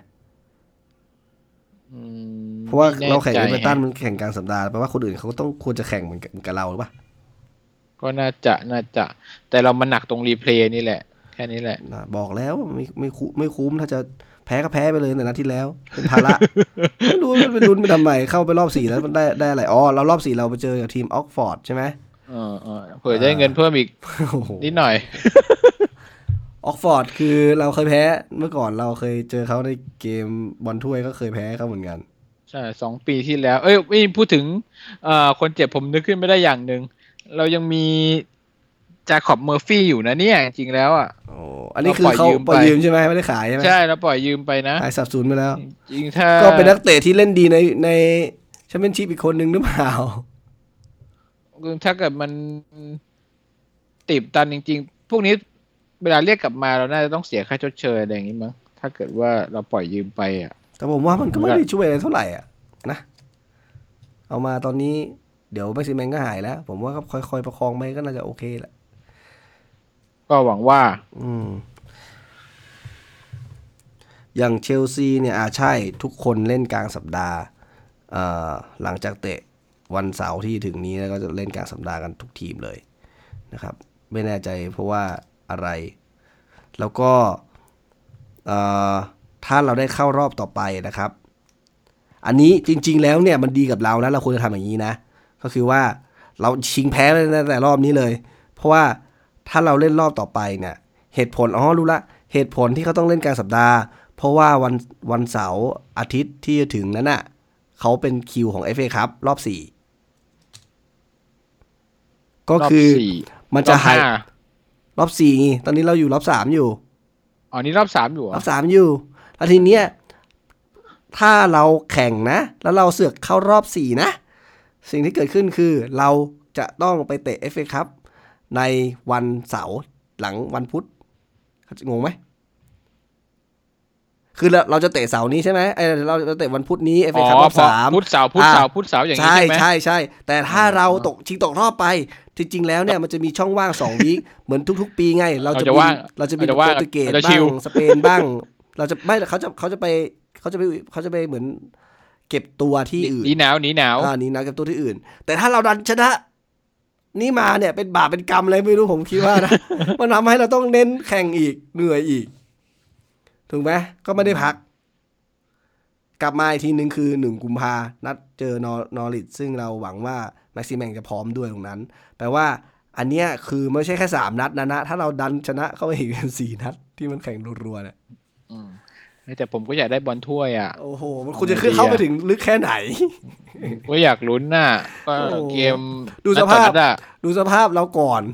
เพราะว่าเราแข่งเอเวอร์ตันมันแข่งกลางสัปดาห์แปลว่าคนอื่นเขาก็ต้องควรจะแข่งเหมือนกับเราหรือเปล่าก็น่าจะน่าจะแต่เรามันหนักตรงรีเพลย์นี่แหละแค่นี้แหละบอกแล้วไม่ไม่คุ้มไม่คุ้มถ้าจะแพ้ก็แพ้ไปเลยในนัดที่แล้วเป็นภาระไม่รู้มันไปลุ้นไปทำไมเข้าไปรอบสี่แล้วมันได้ได้อะไรอ๋อเรารอบสี่เราไปเจอกับทีมออกฟอร์ดใช่ไหมเออเออเผื่อได้เงินเพิ่มอีกนิดหน่อยออกฟอร์ดคือเราเคยแพ้เมื่อก่อนเราเคยเจอเขาในเกมบอลถ้วยก็เคยแพ้เขาเหมือนกันใช่สองปีที่แล้วเอ้ยพูดถึงคนเจ็บผมนึกขึ้นไม่ได้อย่างนึงเรายังมีจาคอบเมอร์ฟี่อยู่นะเนี่ยจริงแล้วอ่ะโอ้อันนี้คือเขาปล่อยยืมใช่ไหมไม่ได้ขายใช่ไหมใช่เราปล่อยยืมไปนะขายสับสูญไปแล้วจริงถ้าก็เป็นนักเตะที่เล่นดีในในแชมเปี้ยนชิพอีกคนนึงหรือเปล่าถ้าเกิดมันติดตันจริงๆพวกนี้เวลาเรียกกลับมาเราน่าจะต้องเสียค่าชดเชยอะไรอย่างนี้มั้งถ้าเกิดว่าเราปล่อยยืมไปอ่ะแต่ผมว่ามันก็ไม่ได้ช่วยอะไรเท่าไหร่อ่ะนะเอามาตอนนี้เดี๋ยวแม็กซิแมนก็หายแล้วผมว่าก็ค่อยๆประคองไปก็น่าจะโอเคแหละก็หวังว่าอืมอย่างเชลซีเนี่ยอ่าใช่ทุกคนเล่นกลางสัปดาห์เอ่อหลังจากเตะวันเสาร์ที่ถึงนี้แล้วก็จะเล่นกลางสัปดาห์กันทุกทีมเลยนะครับไม่แน่ใจเพราะว่าอะไรแล้วก็เอ่อถ้าเราได้เข้ารอบต่อไปนะครับอันนี้จริงๆแล้วเนี่ยมันดีกับเรานะเราควรจะทำอย่างนี้นะก็คือว่าเราชิงแพ้ตั้งแต่รอบนี้เลยเพราะว่าถ้าเราเล่นรอบต่อไปเนี่ยเหตุผลอ๋อรู้ละเหตุผลที่เขาต้องเล่นกลางสัปดาห์เพราะว่าวันวันเสาร์อาทิตย์ที่จะถึงนั้นน่ะเขาเป็นคิวของ เอฟ เอ Cup รอบสี่ก็คือมันจะหายรอบสี่ตอนนี้เราอยู่รอบสามอยู่อ๋อนี่รอบสามอยู่รอบสามอยู่แล้วทีเนี้ยถ้าเราแข่งนะแล้วเราเสือกเข้ารอบสี่นะสิ่งที่เกิดขึ้นคือเราจะต้องไปเตะ เอฟ เอ Cup ในวันเสาร์หลังวันพุธงงไหมคือเราเราจะเตะเสาร์นี้ใช่ไหมไอเราจะเตะวันพุธนี้ เอฟ เอ Cup รอบสามพุธเสาร์พุธเสาร์พุธเสาร์อย่างนี้ใช่ไหมใช่ใช่แต่ถ้าเราตกชิงตกรอบไปจริงๆแล้วเนี่ยมันจะมีช่องว่างสองวีคเหมือนทุกๆปีไงเราจะมีเราจะมีโปรตุเกสบ้างสเปนบ้างเราจะไม่เขาจะเขาจะไปเขาจะไปเขาจะไปเหมือนเก็บตัวที่อื่นหนีหนาวหนีหนาวอ่าหนีหนาวเก็บตัวที่อื่นแต่ถ้าเราดันชนะนี่มาเนี่ยเป็นบาปเป็นกรรมอะไรไม่รู้ผมคิดว่านะ มันทำให้เราต้องเน้นแข่งอีกเหนื่อยอีกถูกไหมก็ไม่ได้พักกลับมาอีกทีนึงคือหนึ่งกุมภานัดเจอนอริทซึ่งเราหวังว่าแม็กซิแมงจะพร้อมด้วยตรงนั้นแปลว่าอันเนี้ยคือไม่ใช่แค่สามนัดนะนะถ้าเราดันชนะเข้าไปอีกเป็นสี่นัดที่มันแข่งรัวๆเนี่ยแต่ผมก็อยากได้บอลถ้วยอ่ะโอ้โหมันคุณจะขึ้นเข้าไปถึงลึกแค่ไหนก็อยากลุ้นน่ะก็เกมดูสภาพดูสภาพเราก่อน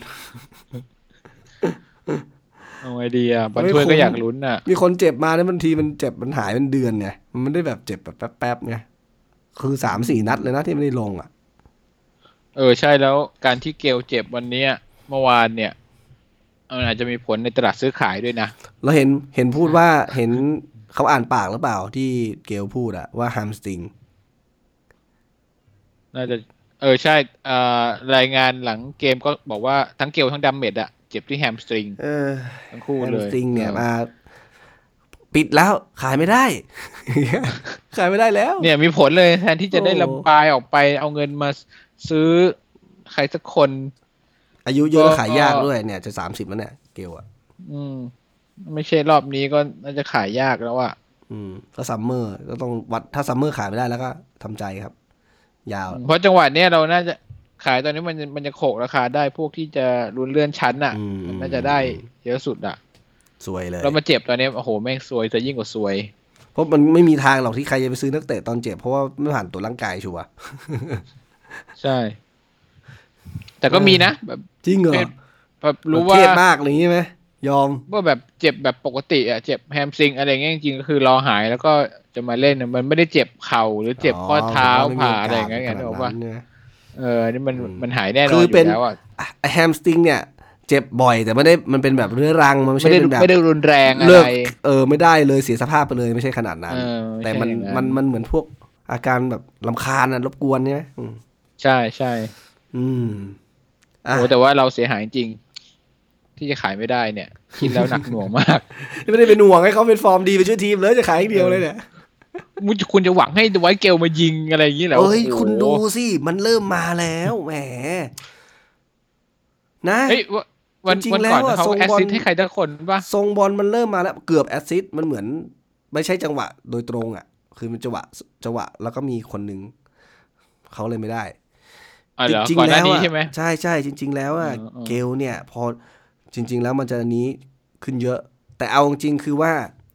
เอาไงดีอ่ะบอลถ้วยก็อยากลุ้นน่ะมีคนเจ็บมาแล้วบางทีมันเจ็บมันหายเป็นเดือนไงมันไม่ได้แบบเจ็บแบบแป๊บๆไงคือสามสี่นัดเลยนะที่ไม่ได้ลงอ่ะเออใช่แล้วการที่เกลเจ็บวันนี้เมื่อวานเนี่ยมันอาจจะมีผลในตลาดซื้อขายด้วยนะเราเห็นเห็นพูดว่าเห็นเขาอ่านปากหรือเปล่าที่เกลพูดอะว่าแฮมสตริงน่าจะเออใช่อ่ารายงานหลังเกมก็บอกว่าทั้งเกลทั้งดัมเมดอะเจ็บที่แฮมสตริงเออทั้งคู่เลยแฮมสตริงเนี่ยมาปิดแล้วขายไม่ได้ ขายไม่ได้แล้วเนี่ยมีผลเลยแทนที่จะได้ระบายออกไปเอาเงินมาซื้อใครสักคนอายุเยอะขายยากด้วยเนี่ยจะสามสิบแล้วเนี่ยเกลอะอืมไม่ใช่รอบนี้ก็น่าจะขายยากแล้วอ่ะอืมก็ซัมเมอร์ก็ต้องวัดถ้าซัมเมอร์ขายไม่ได้แล้วก็ทำใจครับยาวเพราะจังหวะนี้เราน่าจะขายตอนนี้มันมันจะโขกราคาได้พวกที่จะลุ้นเลื่อนชั้นอ่ะมันน่าจะได้เยอะสุดอ่ะสวยเลยเรามาเจ็บตอนนี้โอ้โหแม่งซวยจะยิ่งกว่าซวยเพราะมันไม่มีทางหรอกที่ใครจะไปซื้อนักเตะตอนเจ็บเพราะว่าไม่ผ่านตัวร่างกายชัวร์ใช่แต่ก็มีนะแบบจริงเหรอแบบรู้ว่าเทียบมากอะไรอย่างนี้ไหมยอมว่าแบบเจ็บแบบปกติอ่ะเจ็บแฮมสตริงอะไรเงี้ยจริงๆก็คือรอหายแล้วก็จะมาเล่นมันไม่ได้เจ็บเข่าหรือเจ็บข้อเท้าผ่าอะไรอย่างเงี้ยไงถูกป่ะเออนี่มันมันหายแน่นอนอยู่แล้วอ่ะแฮมสตริงเนี่ยเจ็บบ่อยแต่ไม่ได้มันเป็นแบบเรื้อรังมันไม่ใช่เป็นแบบไม่ได้รุนแรงอะไรเออไม่ได้เลยเสียสภาพไปเลยไม่ใช่ขนาดนั้นแต่มันมันมันเหมือนพวกอาการแบบรำคาญนะรบกวนใช่ไหมใช่ใช่อืมโอ้แต่ว่าเราเสียหายจริงที่จะขายไม่ได้เนี่ยคิดแล้วหนักหน่วงมากไม่ได้เป็นหน่วงให้เขาเป็นฟอร์มดีไปช่วยทีมเลยจะขายอย่างเดียวเลยเนี่ยมุณคุณจะหวังให้ไว้เกลมายิงอะไรอย่างนี้เหรอเฮ้ยคุณดูสิมันเริ่มมาแล้วแหมนะเฮ้ยวันวันก่อนเขาแอสซิสต์ให้ใครสักคนป่ะทรงบอลมันเริ่มมาแล้วเกือบแอสซิสต์มันเหมือนไม่ใช่จังหวะโดยตรงอ่ะคือมันจังหวะจังหวะแล้วก็มีคนนึงเขาเลยไม่ได้จริงๆแล้วใช่ไหมใช่ใช่จริงๆแล้วอ่ะเกลเนี่ยพอจริงๆแล้วมันจะนี้ขึ้นเยอะแต่เอาจริงคือว่า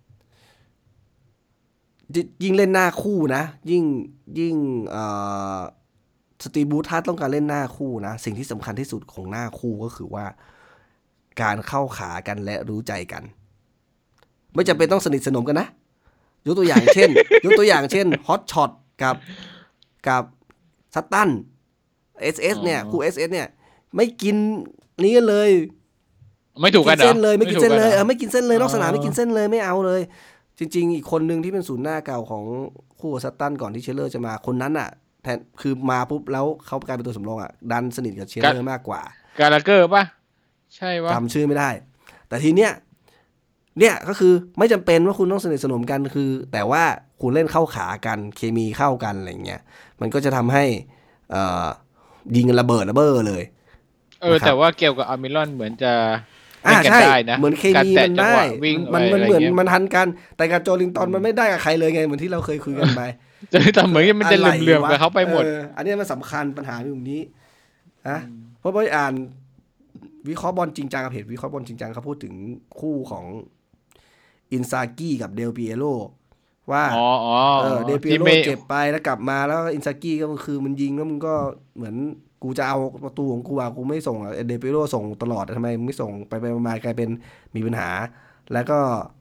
ยิ่งเล่นหน้าคู่นะยิ่งยิ่งสตีบูธถ้าต้องการเล่นหน้าคู่นะสิ่งที่สำคัญที่สุดของหน้าคู่ก็คือว่าการเข้าขากันและรู้ใจกันไม่จำเป็นต้องสนิทสนมกันนะยกตัวอย่างเช่น ยกตัวอย่างเช่นฮอตช็อตกับกับซัตตัน เอส เอส เนี่ยคู่ เอส เอส เนี่ยไม่กินนี้กันเลยไม่ถูกกันเหรอเส้นเลยไม่กินเส้นเลยเออไม่กินเส้นเลยนอกสนามไม่กินเส้นเลยไม่เอาเลยจริงๆอีกคนนึงที่เป็นศูนย์หน้าเก่าของคู่ซัตตันก่อนที่เชลเลอร์จะมาคนนั้นอ่ะแทนคือมาปุ๊บแล้วเขากลายเป็นตัวสำรองอ่ะดันสนิทกับเชลเลอร์มากกว่าการ์เกอร์ป่ะใช่ป่ะจำชื่อไม่ได้แต่ทีเนี้ยเนี่ยก็คือไม่จำเป็นว่าคุณต้องสนิทสนมกันคือแต่ว่าคุณเล่นเข้าขากันเคมีเข้ากันอะไรเงี้ยมันก็จะทำให้อ่ายิงระเบิดระเบ้อเลยเออแต่ว่าเกี่ยวกับอาร์มิลอนเหมือนจะอ่าใช่เหมือนเคมีมันได้มันมันเหมือนมันทันกันแต่กับโจลิงตันมันไม่ได้กับใครเลยไงเหมือนที่เราเคยคุยกันไปจะทำเหมือนมันจะเหลื่อมๆกับเขาไปหมดอันนี้มันสำคัญปัญหาอยู่ตรงนี้นะเพราะว่าอ่านวิเคราะห์บอลจริงจังกับเพจวิเคราะห์บอลจริงจังเขาพูดถึงคู่ของอินซากิกับเดลปิเอโรว่าเออเดลปิเอโรเจ็บไปแล้วกลับมาแล้วอินซากิก็คือมันยิงแล้วมันก็เหมือนกูจะเอาประตูของกูอ่ะกูไม่ส่งอ่ะเดลปิโรส่งตลอดทำไมมึงไม่ส่งไปไปมากลายเป็นมีปัญหาแล้วก็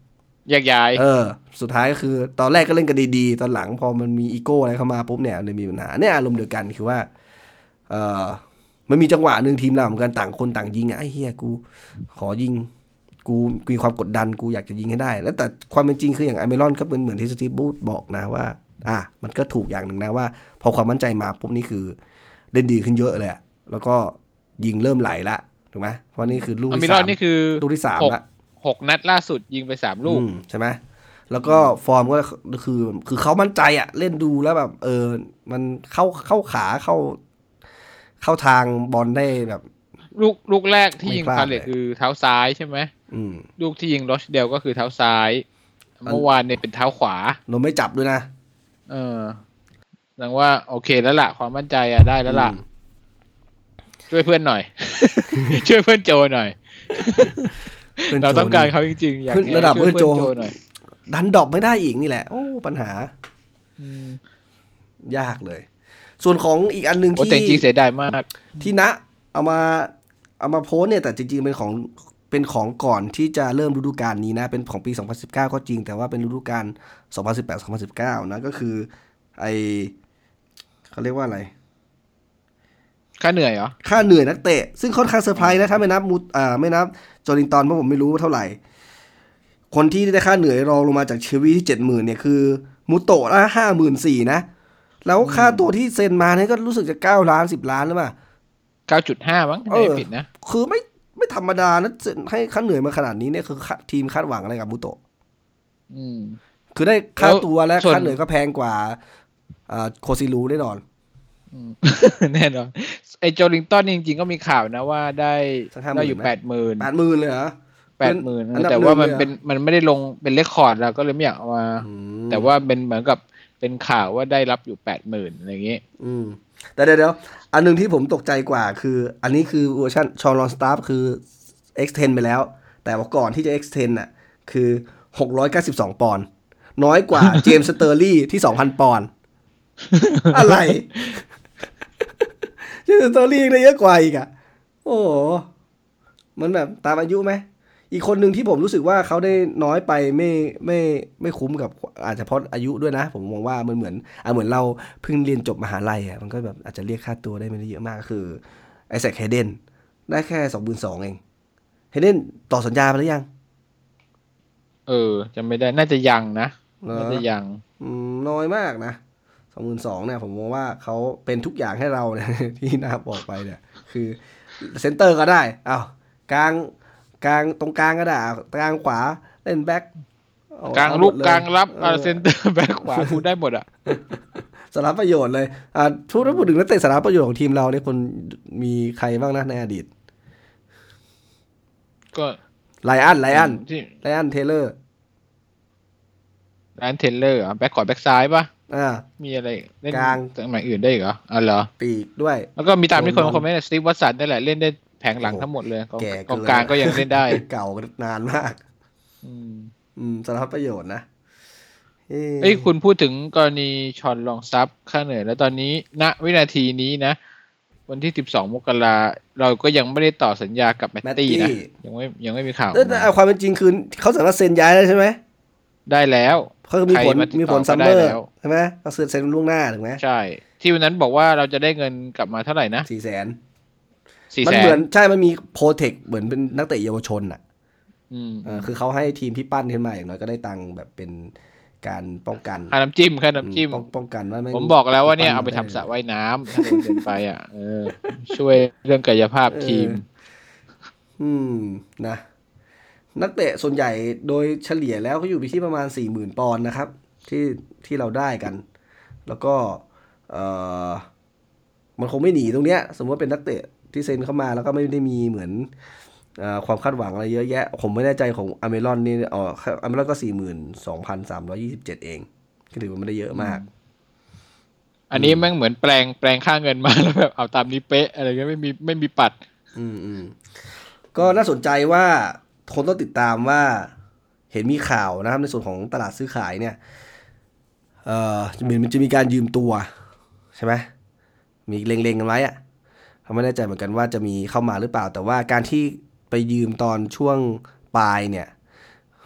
แยกย้ายเออสุดท้ายก็คือตอนแรกก็เล่นกันดีๆตอนหลังพอมันมีอีโก้อะไรเข้ามาปุ๊บเนี่ยเลยมีปัญหาเนี่ยอารมณ์เดียวกันคือว่าเออมันมีจังหวะหนึ่งทีมเราเหมือนกันต่างคนต่างยิงอ่ะไอ้เฮียกูขอยิงกูมีความกดดันกูอยากจะยิงให้ได้แล้วแต่ความเป็นจริงคืออย่างไอเมรอนก็เป็นเหมือนที่สตีฟบูธบอกนะว่าอ่ะมันก็ถูกอย่างหนึ่งนะว่าพอความมั่นใจมาปุ๊บนี่คือเล่นดีขึ้นเยอะเลยแล้วก็ยิงเริ่มไหลละถูกไหมเพราะนี่คือลูกที่สามนี่คือลูกที่สามละหกนัดล่าสุดยิงไปสามลูกใช่ไหมแล้วก็ฟอร์มก็คือคือเขามั่นใจอะเล่นดูแล้วแบบเออมันเข้าเข้าขาเข้าเข้าทางบอลได้แบบลูกลูกแรกที่ยิงพาเลตคือเท้าซ้ายใช่ไหมลูกที่ยิงโรชเดลก็คือเท้าซ้ายเมื่อวานเนี่ยเป็นเท้าขวาเราไม่จับด้วยนะเออแสดงว่าโอเคแล้วล่ะความมั่นใจอะได้แล้วล่ะช่วยเพื่อนหน่อย ช่วยเพื่อนโจหน่อยเราต้องการเขาจริงๆอยากให้ระดับเพื่อนโจหน่อยดันดรอปไม่ได้อีกนี่แหละโอ้ปัญหา ยากเลยส่วนของอีกอันนึงที่จริงๆเสียดายมากที่ณเอามาเอามาโพสเนี่ยแต่จริงๆเป็นของเป็นของก่อนที่จะเริ่มฤดูกาลนี้นะเป็นของปีสองพันสิบเก้าก็จริงแต่ว่าเป็นฤดูกาลสองพันสิบแปด สองพันสิบเก้านะก็คือไอเขาเรียกว่าอะไรค่าเหนื่อยเหรอค่าเหนื่อยนักเตะซึ่งค่อนข้างเซอร์ไพรส์นะถ้าไม่นับมูอ่าไม่นับจอริงตันเพราะผมไม่รู้เท่าไหร่คนที่ได้ค่าเหนื่อยรองลงมาจากเชลวีที่ เจ็ดหมื่น เนี่ยคือมูโตะละ ห้าหมื่นสี่พัน นะแล้วค่าตัวที่เซ็นมาเนี่ยก็รู้สึกจะเก้าล้านสิบล้านหรือเปล่าเก้าจุดห้า มั้งไม่ผิดนะคือไม่ไม่ธรรมดานะให้ค่าเหนื่อยมาขนาดนี้เนี่ยคือทีมคาดหวังอะไรกับมูโตะอืมคือได้ค่าตัวและค่าเหนื่อยก็แพงกว่าอ่าโคซิลูแน่นอนแน่นอนไอ้โจลิงตันจริงๆก็มีข่าวนะว่าได้ได้อยู่ แปดหมื่นแปดหมื่น เลยเหรอแปดหมื่น แต่ว่ามันเป็นมันไม่ได้ลงเป็นเรคคอร์ดแล้วก็เลยไม่อยากเอามาแต่ว่าเป็นเหมือนกับเป็นข่าวว่าได้รับอยู่ แปดหมื่น อะไรอย่างงี้อืมแต่เดี๋ยวๆอันนึงที่ผมตกใจกว่าคืออันนี้คือเวอร์ชันชอลอนสตาร์ฟคือ extend ไปแล้วแต่ว่าก่อนที่จะ extend น่ะคือหกร้อยเก้าสิบสองปอนด์น้อยกว่าเจมส์สเตอร์ลี่ที่ สองพัน ปอนด์อะไรเจมส์สเตอร์ลี่ได้เยอะกว่าอีกอ่ะโอ้โหมันแบบตามอายุไหมอีกคนหนึ่งที่ผมรู้สึกว่าเขาได้น้อยไปไม่ไม่ไม่คุ้มกับอาจจะเพราะอายุด้วยนะผมมองว่ามันเหมือนอ่ะเหมือนเราเพิ่งเรียนจบมหาลัยอ่ะมันก็แบบอาจจะเรียกค่าตัวได้ไม่ได้เยอะมากคือไอแซคเฮเดนได้แค่ สองหมื่นสองพัน เองเฮเดนต่อสัญญาไปหรือยังเออจำไม่ได้น่าจะยังนะน่าจะยังอืมน้อยมากนะ สองหมื่นสองพัน เนี่ยผมมองว่าเขาเป็นทุกอย่างให้เราเนี่ยที่น่าบอกไปเนี่ยคือเซนเตอร์ก็ได้อ้าวกลางกลางตรงกลางก็ได้กลางขวาเล่นแบ็คกลางลุกกลางรับอ่าเซนเตอร์แบ็คขวาพูดได้หมดอ่ะสารประโยชน์เลยอ่าพูดถ้าพูดถึงนักเตะสารประโยชน์ของทีมเราเนี่ยคนมีใครบ้างนะในอดีตก็ไลอันไลอันไลอันเทเลอร์ไลอันเทเลอร์อ่ะแบ็คขวาแบ็คซ้ายป่ะอ่ามีอะไรเล่นกลางตำแหน่งอื่นได้เหรออ๋อเหรอปีกด้วยแล้วก็มีตามที่คนคอมเมนต์สตีฟวัตสันนั่นแหละเล่นได้แผงหลังทั้งหมดเลยกองกลางก็ยังเล่นได้เก่านานมากอืมอืมสารพัดประโยชน์นะเอ้ยคุณพูดถึงกรณีชอนลองซับค่าเหนื่อยแล้วตอนนี้ณวินาทีนี้นะวันที่สิบสองมกราเราก็ยังไม่ได้ต่อสัญญากับแมตตี้นะยังไม่ยังไม่มีข่าวแต่ความเป็นจริงคือเขาสามารถเซ็นย้ายได้ใช่ไหมได้แล้วเขามีผลมีผลซัมเมอร์ใช่ไหมเขาซื้อเซ็นล่วงหน้าถูกไหมใช่ที่วันนั้นบอกว่าเราจะได้เงินกลับมาเท่าไหร่นะสี่แสนมันเหมือนใช่มันมีโปรเทคเหมือนเป็นนักเตะเยาวชนอ่ะอืมอ่าคือเขาให้ทีมที่ปั้นขึ้นมาอย่างน้อยก็ได้ตังค์แบบเป็นการป้องกันค่าน้ำจิ้มค่าน้ำจิ้มป้องกันว่าผมบอกแล้วว่าเนี่ยเอาไปทำสระว่ายน้ำถ้าเดินไปอ่ะเออช่วยเรื่องกายภาพทีมอืมนะนักเตะส่วนใหญ่โดยเฉลี่ยแล้วเขาอยู่ที่ประมาณ สี่หมื่น ปอนด์นะครับที่ที่เราได้กันแล้วก็เอ่อมันคงไม่หนีตรงเนี้ยสมมติว่าเป็นนักเตะที่เซ็นเข้ามาแล้วก็ไม่ได้มีเหมือนความคาดหวังอะไรเยอะแยะผมไม่แน่ใจของอเมรอนนี่อ๋ออเมรอนก็ สี่หมื่นสองพันสามร้อยยี่สิบเจ็ด เองก็ถือว่าไม่ได้เยอะมากอันนี้แม่งเหมือนแปลงแปลงค่าเงินมาแล้วแบบเอาตามนี้เป๊ะอะไรก็ไม่มีไม่มีปัดอืมอืมก็น่าสนใจว่าคนต้องติดตามว่าเห็นมีข่าวนะครับในส่วนของตลาดซื้อขายเนี่ยเอ่อจะมีมันจะมีการยืมตัวใช่ไหมมีเล็งๆกันไว้อะเขาไม่แน่ใจเหมือนกันว่าจะมีเข้ามาหรือเปล่าแต่ว่าการที่ไปยืมตอนช่วงปลายเนี่ย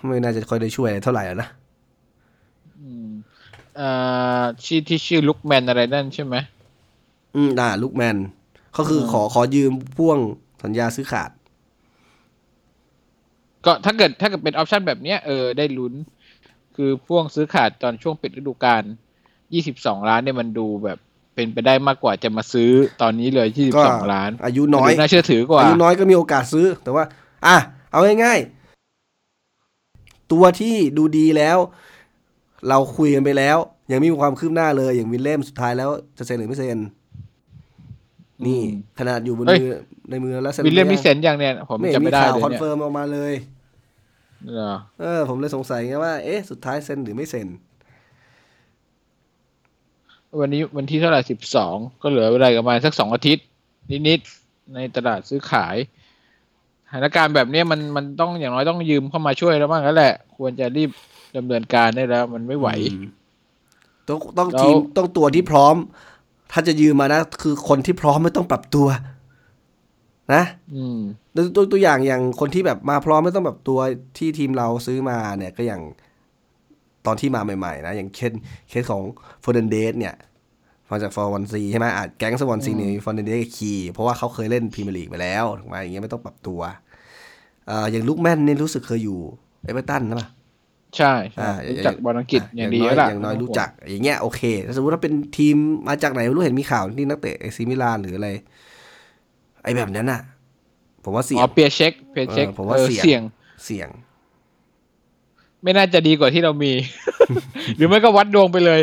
ไม่น่าจะค่อยได้ช่วยเท่าไหร่นะอืมอ่าชื่อที่ชื่อลุกแมนอะไรนั่นใช่ไหมอืมอ่าลูกแมนเขาคือขอขอยืมพ่วงสัญญาซื้อขาดก็ถ้าเกิดถ้าเกิดเป็นออปชันแบบเนี้ยเออได้ลุ้นคือพ่วงซื้อขาดตอนช่วงปิดฤดูกาลยี่สิบสองล้านเนี่ยมันดูแบบเป็นไปได้มากกว่าจะมาซื้อตอนนี้เลยยี่สิบสองล้านอายุน้อยน่าเชื่อถือกว่าอายุน้อยก็มีโอกาสซื้อแต่ว่าอ่ะเอาง่ายๆตัวที่ดูดีแล้วเราคุยกันไปแล้วยังไม่มีความคืบหน้าเลยอย่างวิลเล่มสุดท้ายแล้วจะเซ็นหรือไม่เซ็นนี่ขนาดอยู่บนมือในมือแล้ววิลเลียมมิเซนอย่างเนี้ยผมจะไม่ได้เลยเนี่ยคอนเฟิร์มออกมาเลยเหรอเออผมเลยสงสัยไงว่าเอ๊ะสุดท้ายเซ็นหรือไม่เซ็นวันนี้วันที่เท่าไหร่สิบสองก็เหลือเวลาประมาณสักสองอาทิตย์นิดๆในตลาดซื้อขายสถานการณ์แบบนี้มันมันต้องอย่างน้อยต้องยืมเข้ามาช่วยแล้วบ้างแล้วแหละควรจะรีบดำเนินการได้แล้วมันไม่ไหวต้องต้องทีมต้องตัวที่พร้อมถ้าจะยืมมานะคือคนที่พร้อมไม่ต้องปรับตัวนะตัวตัวอย่างอย่างคนที่แบบมาพร้อมไม่ต้องปรับตัวที่ทีมเราซื้อมาเนี่ยก็อย่างตอนที่มาใหม่ๆนะอย่างเช่นเคสของฟอร์เดนเดสเนี่ยมาจากฟอร์วันซีใช่ไหมอาจแก๊งสวอนซีเนี่ยฟอร์เดนเดสคีย์เพราะว่าเขาเคยเล่นพรีเมียร์ลีกไปแล้วถูกไหมอย่างเงี้ยไม่ต้องปรับตัวอ่าอย่างลูกแม่นเนี่ยรู้สึกเคยอยู่เอเวอร์ตันใช่ปะใช่ใช่รู้จักบอลอังกฤษอย่างดีแล้วล่ะอย่างน้อยรู้จักอย่างเงี้ยโอเคถ้าสมมติว่าเป็นทีมมาจากไหนไม่รู้เห็นมีข่าวที่นักเตะเอซิมิลานหรืออะไรไอ้แบบนั้นน่ะผมว่าเสี่ยงอ๋อเปียเช็คเปียเช็คผมว่าเสี่ยงเสี่ยงไม่น่าจะดีกว่าที่เรามี หรือไม่ก็วัดดวงไปเลย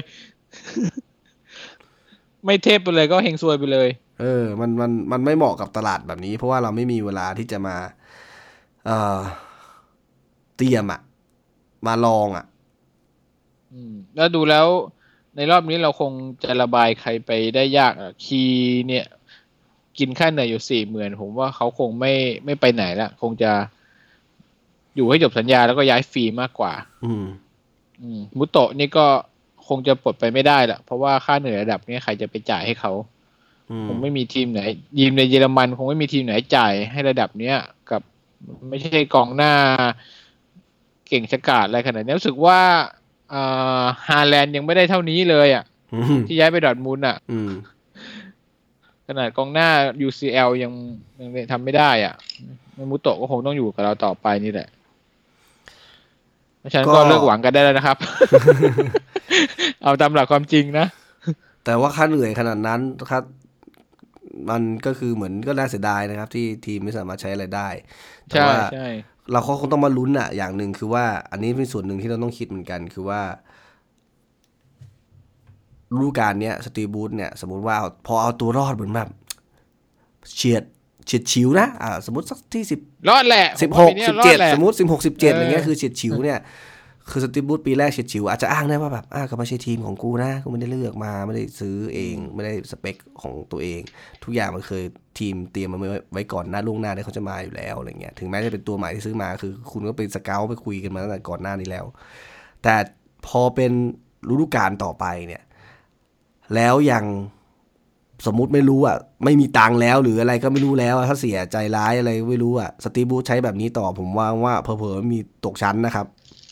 ไม่เทพไปเลยก็เฮงซวยไปเลยเออมันมันมันไม่เหมาะกับตลาดแบบนี้เพราะว่าเราไม่มีเวลาที่จะมาเอ่อเตรียมอ่ะมาลองอ่ะอืมแล้วดูแล้วในรอบนี้เราคงจะระบายใครไปได้ยากอ่ะคีเนี่ยกินค่าเหนื่อยอยู่สี่หมื่นผมว่าเขาคงไม่ไม่ไปไหนละคงจะอยู่ให้จบสัญญาแล้วก็ย้ายฟรีมากกว่าอืมอืมมุโตะนี่ก็คงจะปลดไปไม่ได้ละเพราะว่าค่าเหนื่อยระดับนี้ใครจะไปจ่ายให้เขาคงไม่มีทีมไหนยีมในเยอรมันคงไม่มีทีมไหนจ่ายให้ระดับเนี้ยกับไม่ใช่กองหน้าเก่งฉกาจอะไรขนาดนี้รู้สึกว่าอ่าฮาแลนด์ยังไม่ได้เท่านี้เลยอ่ะที่ย้ายไปดอร์ทมุนด์อ่ะขนาดกองหน้า ยู ซี แอล ยังยังทำไม่ได้อ่ะมุโตะก็คงต้องอยู่กับเราต่อไปนี่แหละเพราะฉะนั้นก็เลิกหวังกันได้แล้วนะครับ เอาตามหลักความจริงนะแต่ว่าค่าเหนื่อยขนาดนั้นครับมันก็คือเหมือนก็น่าเสียดายนะครับที่ทีมไม่สามารถใช้อะไรได้แต่ว่าเราก็คงต้องมาลุ้นอ่ะอย่างหนึ่งคือว่าอันนี้เป็นส่วนหนึ่งที่เราต้องคิดเหมือนกันคือว่าฤดูกาลเนี้ยสตีบูธเนี่ยสมมุติว่าพอเอาตัวรอดเหมือนแบบเฉียดเฉียดฉิวนะอ่าสมมติสักที่สิบรอดแหละสิบหกสิบเจ็ดสมมติสิบหกสิบเจ็ดอะไรเงี้ยคือเฉียดฉิวเนี่ยคือสตีบูธปีแรกเฉียดฉิวอาจจะอ้างได้ว่าแบบอ่าก็ไม่ใช่ทีมของกูนะกูไม่ได้เลือกมาไม่ได้ซื้อเองไม่ได้สเปคของตัวเองทุกอย่างมันเคยทีมเตรียมมาไว้ก่อนหน้าล่วงหน้าที่เขาจะมาอยู่แล้วอะไรเงี้ยถึงแม้จะเป็นตัวใหม่ที่ซื้อมาคือคุณก็ไปสเกาต์ไปคุยกันมาตั้งแต่ก่อนหน้านี้แล้วแต่พอเป็นฤดูกาลต่อไปเนี่ยแล้วยังสมมุติไม่รู้อ่ะไม่มีตังค์แล้วหรืออะไรก็ไม่รู้แล้วถ้าเสียใจร้ายอะไรไม่รู้อ่ะสตีบูธใช้แบบนี้ต่อผมว่าว่าเผลอๆมีตกชั้นนะครับ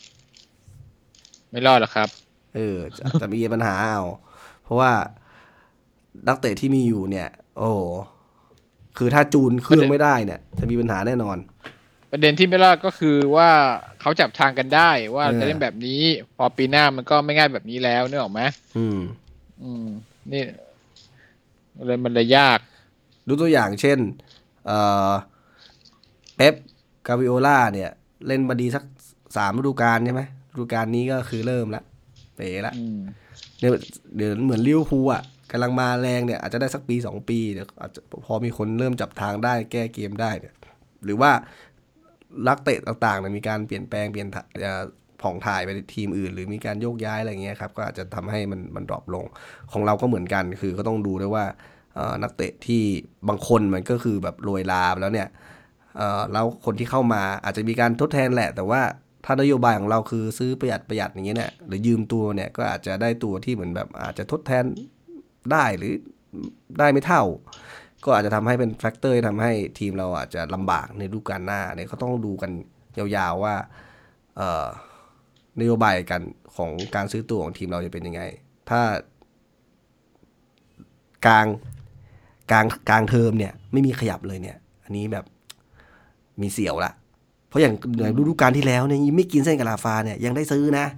ไม่รอดหรอกครับเออจะมีปัญหาเอาเพราะว่านักเตะที่มีอยู่เนี่ยโอ้คือถ้าจูนเครื่องไม่ได้เนี่ยจะมีปัญหาแน่นอนประเด็นที่ไม่รอดก็คือว่าเขาจับทางกันได้ว่าจะเล่นแบบนี้พอปีหน้ามันก็ไม่ง่ายแบบนี้แล้วนึกออกไหมอืมอืมนี่เลยมันเลยยากดูตัวอย่างเช่นเอ่อเป๊ปกาวิโอล่าเนี่ยเล่นมาดีสักสามฤดูกาลใช่ไหมฤดูกาลนี้ก็คือเริ่มละเป๋ละเดี๋ยวเดี๋ยวเหมือนลิเวอร์พูลอ่ะกำลังมาแรงเนี่ยอาจจะได้สักปีสองปีเดี๋ยวอาจจะพอมีคนเริ่มจับทางได้แก้เกมได้เนี่ยหรือว่าลักเตะต่างๆเนี่ยมีการเปลี่ยนแปลงเปลี่ยนผ่องถ่ายไปทีมอื่นหรือมีการโยกย้ายอะไรเงี้ยครับก็อาจจะทำให้มันมันดรอปลงของเราก็เหมือนกันคือก็ต้องดูด้วยว่านักเตะที่บางคนมันก็คือแบบโรยลาแล้วเนี่ยแล้วคนที่เข้ามาอาจจะมีการทดแทนแหละแต่ว่าถ้านโยบายของเราคือซื้อประหยัดประหยัดอย่างเงี้ยเนี่ยหรือยืมตัวเนี่ยก็อาจจะได้ตัวที่เหมือนแบบอาจจะทดแทนได้หรือได้ไม่เท่าก็อาจจะทำให้เป็นแฟกเตอร์ทำให้ทีมเราอาจจะลำบากในฤดูกาลหน้าเนี่ยเขาต้องดูกันยาวๆว่าเอ่อนโยบายกันของการซื้อตัวของทีมเราจะเป็นยังไงถ้ากลางกลางกลางเทอมเนี่ยไม่มีขยับเลยเนี่ยอันนี้แบบมีเสี่ยวละเพราะอย่างอย่างฤดูกาลที่แล้วเนี่ยไม่กินเส้นกับลาฟาเนี่ยยังได้ซื้อนะ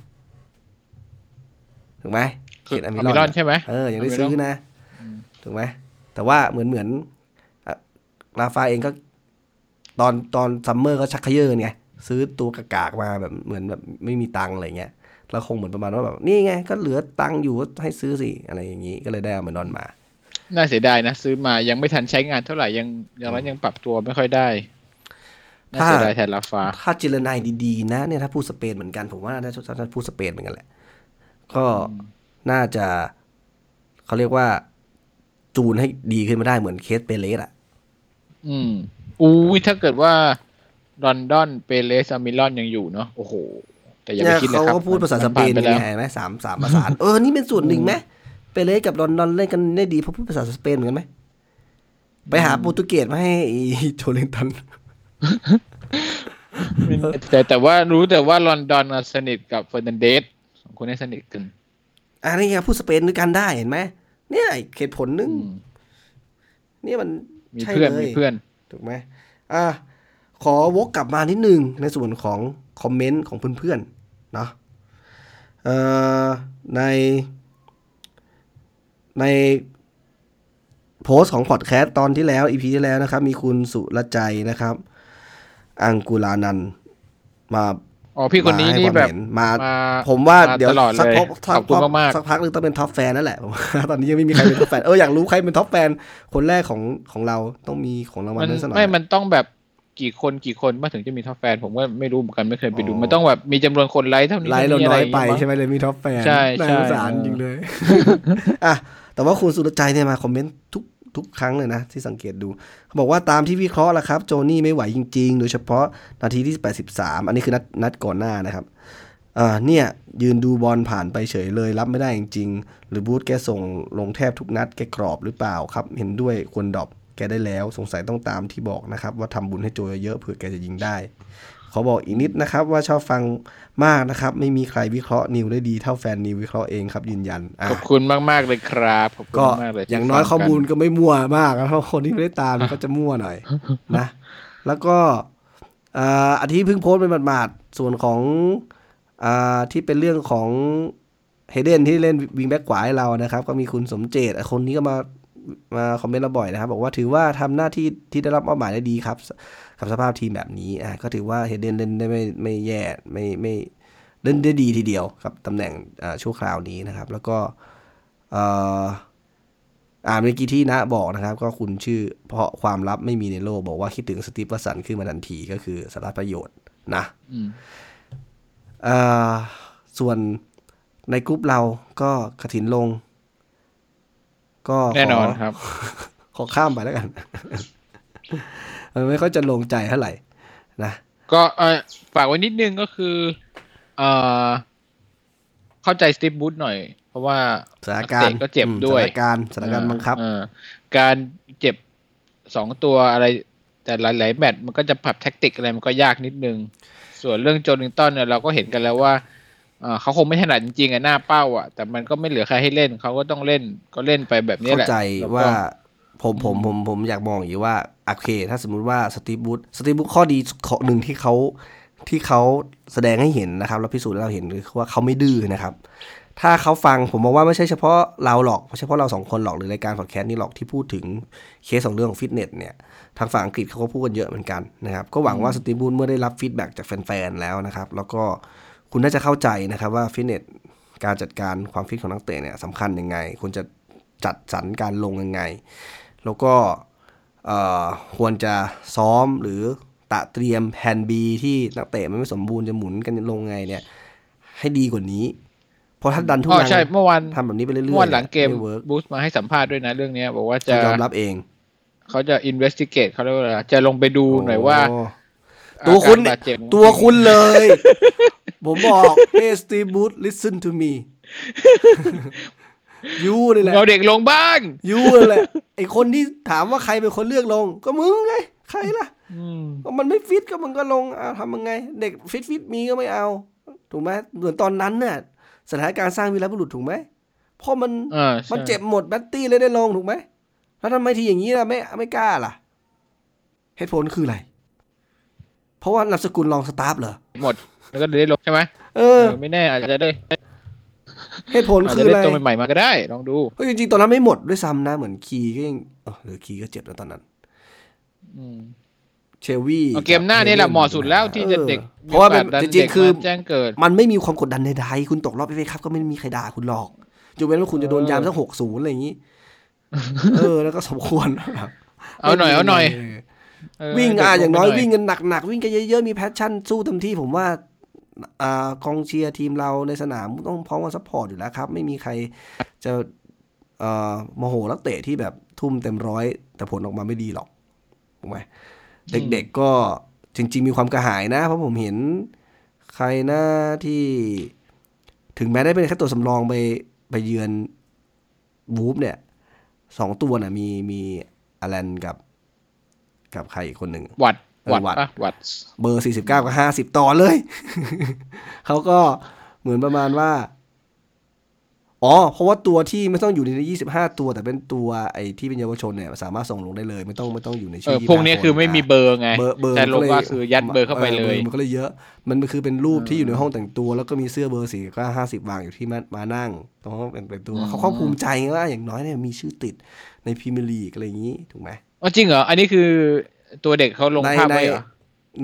ถูกไหมเขตอเมรอนใช่ไหมเออยังได้ซื้อนะถูกไหมแต่ว่าเหมือนเหมือนลาฟาเองก็ตอนตอนซัมเมอร์ก็ชักเขย่อไงซื้อตัวกากๆมาแบบเหมือนแบบไม่มีตังค์อะไรเงี้ยแล้วคงเหมือนประมาณว่าแบบนี่ไงก็เหลือตังค์อยู่ให้ซื้อสิอะไรอย่างนี้ก็เลยได้เอามานอนมาน่าเสียดายนะซื้อมายังไม่ทันใช้งานเท่าไหร่ยังยังนั้นยังปรับตัวไม่ค่อยได้น่าเสียดายแทนลาฟาถ้าเจรนายดีๆนะเนี่ยถ้าพูดสเปนเหมือนกันผมว่าน่าจะถ้าพูดสเปนเหมือนกันแหละก็น่าจะเขาเรียกว่าจูนให้ดีขึ้นมาได้เหมือนเคสเปเรสอ่ะอืมอู้ยถ้าเกิดว่าลอนดอนเปเรสอามิลอนยังอยู่เนาะโอ้โหแต่อย่าไปคิดเลยครับเขาก็พูดภาษาสเปนไงไหมสามสามภาษาเออนี่เป็นส่วนหนึ่งไหมเปเรสกับลอนดอนเล่นกันได้ดีเพราะพูดภาษาสเปนเหมือนกันไหมไปหาโปรตุเกสมาให้โจลินตันแต่แต่ว่ารู้แต่ว่าลอนดอนสนิทกับเฟอร์นันเดสสองคนนี้สนิทกันอ่านี่ไงพูดสเปนด้วยกันได้เห็นไหมเนี่ยเหตุผลนึงนี่มันมีเพื่อนมีเพื่อนถูกไหมอ่ะขอวกกลับมานิดนึงในส่วนของคอมเมนต์ของเพื่อนๆเนาะเอ่อในในโพสต์ของพอดแคสต์ตอนที่แล้ว อี พี ที่แล้วนะครับมีคุณสุรใจนะครับอังกุลานันมาอ๋อพี่คนนี้นี่แบบมาผมว่าเดี๋ยวสักพักสักพักนึงต้องเป็นท็อปแฟนนั่นแหละผมตอนนี้ยังไม่มีใครเป็นท็อปแฟนเอออยากรู้ใครเป็นท็อปแฟนคนแรกของของเราต้องมีของรางวัลนั้นสักหน่อยไม่มันต้องแบบกี่คนกี่คนมาถึงจะมีท็อปแฟนผมก็ไม่รู้เหมือนกันไม่เคยไปดูมันต้องแบบมีจำนวนคนไลค์เท่านี้ไลค์เราน้อยไปใช่ไหมเลยมีท็อปแฟนน่าสงสารจริงเลยอ่ะแต่ว่าคุณสุรใจเนี่ยมาคอมเมนต์ทุกทุกครั้งเลยนะที่สังเกตดูเขาบอกว่าตามที่วิเคราะห์ละครับโจนี่ไม่ไหวจริงๆโดยเฉพาะนาทีที่แปดสิบสามอันนี้คือนัดนัดก่อนหน้านะครับอ่าเนี่ยยืนดูบอลผ่านไปเฉยเลยรับไม่ได้จริงๆหรือบูธแกส่งลงแทบทุกนัดแกกรอบหรือเปล่าครับเห็นด้วยควรดรอปแกได้แล้วสงสัยต้องตามที่บอกนะครับว่าทำบุญให้โจเยอะๆเผื่อแกจะยิงได้เขาบอกอีกนิดนะครับว่าชอบฟังมากนะครับไม่มีใครวิเคราะห์นิวได้ดีเท่าแฟนนิววิเคราะห์เองครับยืนยันขอบคุณมากๆเลยครับขอบคุณมากเลยอย่างน้อยข้อมูลก็ไม่มั่วมากเพราะคนที่ไม่ได้ตามก็จะมั่วหน่อยนะแล้วก็อาทิตย์เพิ่งโพสต์ไปหมาดๆส่วนของอ่าที่เป็นเรื่องของเฮเดนที่เล่นวิงแบ็กขวาให้เรานะครับก็มีคุณสมเจตคนนี้ก็มามาคอมเมนต์เราบ่อยนะครับบอกว่าถือว่าทำหน้าที่ที่ได้รับมอบหมายได้ดีครับกับสภาพทีมแบบนี้อ่ะก็ถือว่าเฮเดนเล่นได้ไม่ไม่แย่ไม่ไม่เล่นได้ดีทีเดียวครับตำแหน่งชั่วคราวนี้นะครับแล้วก็อ่าเมื่อกี้ที่นะบอกนะครับก็คุณชื่อเพราะความลับไม่มีในโลกบอกว่าคิดถึงสตีฟ วัตสันขึ้นมาทันทีก็คือสาระประโยชน์นะอ่าส่วนในกลุ่มเราก็กฐินลงก็แน่นอนครับขอข้ามไปแล้วกันไม่ค่อยจะลงใจเท่าไหร่นะก็เออฝากไว้นิดนึงก็คือเออเข้าใจสตีฟบูธหน่อยเพราะว่าสถานการณ์ก็เจ็บด้วยสถานการณ์สถานการณ์บังคับการเจ็บสองตัวอะไรแต่หลายๆแมตช์มันก็จะปรับแทคติกอะไรมันก็ยากนิดนึงส่วนเรื่องโจลิงตันเนี่ยเราก็เห็นกันแล้วว่าเขาคงไม่ถนัดจริงๆอ่ะหน้าเป้าอ่ะแต่มันก็ไม่เหลือใครให้เล่นเขาก็ต้องเล่นก็เล่นไปแบบนี้แหละเข้าใจว่าผมผมผมผมอยากมองอย่างนี้ว่าโอเคถ้าสมมุติว่าสตีฟบูธสตีฟบูธข้อดีข้อหนึ่งที่เขาที่เขาแสดงให้เห็นนะครับแล้วพิสูจน์ให้เราเห็นคือว่าเขาไม่ดื้อนะครับถ้าเขาฟังผมมองว่าไม่ใช่เฉพาะเราหรอกไม่ใช่เฉพาะเราสองคนหรอกหรือรายการพอดแคสต์นี่หรอกที่พูดถึงเคสของเรื่องของฟิตเนสเนี่ยทางฝั่งอังกฤษเขาก็พูดกันเยอะเหมือนกันนะครับก็หวังว่าสตีฟบูธเมื่อได้รับฟีดแบ็กจากแฟนๆแล้วนะครับแล้วก็คุณน่าจะเข้าใจนะครับว่าฟิตเนสการจัดการความฟิตของนักเตะเนี่ยสำคัญยังไงคุณจะจัดสรรการลงยังไงแล้วก็ควรจะซ้อมหรือตะเตรียมแผน B ที่นักเตะมันไม่สมบูรณ์จะหมุนกันลงไงเนี่ยให้ดีกว่านี้เพราะถ้าดันทุกอย่างใช่เมื่อวานทำแบบนี้ไปเรื่อยๆเมื่อวานหลังเกมบูสมาให้สัมภาษณ์ด้วยนะเรื่องนี้บอกว่าจะยอมรับเองเขาจะ investigate เขาเรียกว่าจะลงไปดูหน่อยว่าตัวคุณตัวคุณเลย ผมบอกเฮ้ยสตีฟบูธ listen to me ยูนี่แหละเอาเด็กลงบ้างยูแหละไอคนที่ถามว่าใครเป็นคนเลือกลงก็มึงไงใครล่ะมันไม่ฟิตก็มันก็ลงเอาทำยังไงเด็กฟิตฟิตมีก็ไม่เอาถูกไหมเหมือนตอนนั้นเนี่ยสถานการณ์สร้างวีรบุรุษถูกไหมเพราะมันมันเจ็บหมดแบตตี้เลยได้ลงถูกไหมแล้วทำไมทีอย่างนี้ล่ะไม่ไม่กล้าล่ะเหตุผลคืออะไรเพราะว่านามสกุลรองสตาฟเหรอหมดแล้วก็ได้ลงใช่ไหมเออไม่แน่อาจจะได้เหตุผลคืออะไรตัวใหม่ๆมาก็ได้ลองดูเพราะจริงๆตอนนั้นไม่หมดด้วยซ้ำนะเหมือนคีก็ยังเออหรือคีก็เจ็บแล้วตอนนั้นเชลวี่เกมหน้านี่แหละเหมาะสุดแล้วที่จะเด็กเพราะว่าจริงๆคือแจ้งเกิดมันไม่มีความกดดันใดๆคุณตกรอบเอฟเอคัพก็ไม่มีใครด่าคุณหรอกยกเว้นว่าคุณจะโดนยามสักหกศูนย์อะไรอย่างนี้เออแล้วก็สมควรเอาหน่อยเอาหน่อยวิ่งอ่ะอย่างน้อยวิ่งกันหนักๆวิ่งกันเยอะๆมีแพชชั่นสู้เต็มที่ผมว่าอ่ากองเชียร์ทีมเราในสนามต้องพร้อมกันซัพพอร์ตอยู่แล้วครับไม่มีใครจะเอ่อโมโหนักเตะที่แบบทุ่มเต็มร้อยแต่ผลออกมาไม่ดีหรอกถูกไหมเด็กๆก็จริงๆมีความกระหายนะเพราะผมเห็นใครหน้าที่ถึงแม้ได้เป็นแค่ตัวสำรองไปไปเยือนวูฟเนี่ยสองตัวน่ะมีมีอารันกับกับใครอีกคนหนึ่งวัดวัดวัดเบอร์สี่สิบเก้ากับห้าสิบต่อเลยเขาก็เหมือนประมาณว่าอ๋อเพราะว่าตัวที่ไม่ต้องอยู่ในยี่สิบห้าตัวแต่เป็นตัวไอ้ที่เป็นเยาวชนเนี่ยสามารถส่งลงได้เลยไม่ต้องไม่ต้องอยู่ในชื่อพวกนี้คือไม่มีเบอร์ไงแต่ลงก็คือยัดเบอร์เข้าไปเลยมันก็เลยเยอะมันคือเป็นรูปที่อยู่ในห้องแต่งตัวแล้วก็มีเสื้อเบอร์สี่ก็ห้าสิบวางอยู่ที่มานั่งตรงห้องเป็นตัวเขาเขาภูมิใจว่าอย่างน้อยเนี่ยมีชื่อติดในพรีเมียร์ลีกอะไรอย่างนี้ถูกไหมอ๋อจริงเหรออันนี้คือตัวเด็กเขาลงภาพไว้เหรอใน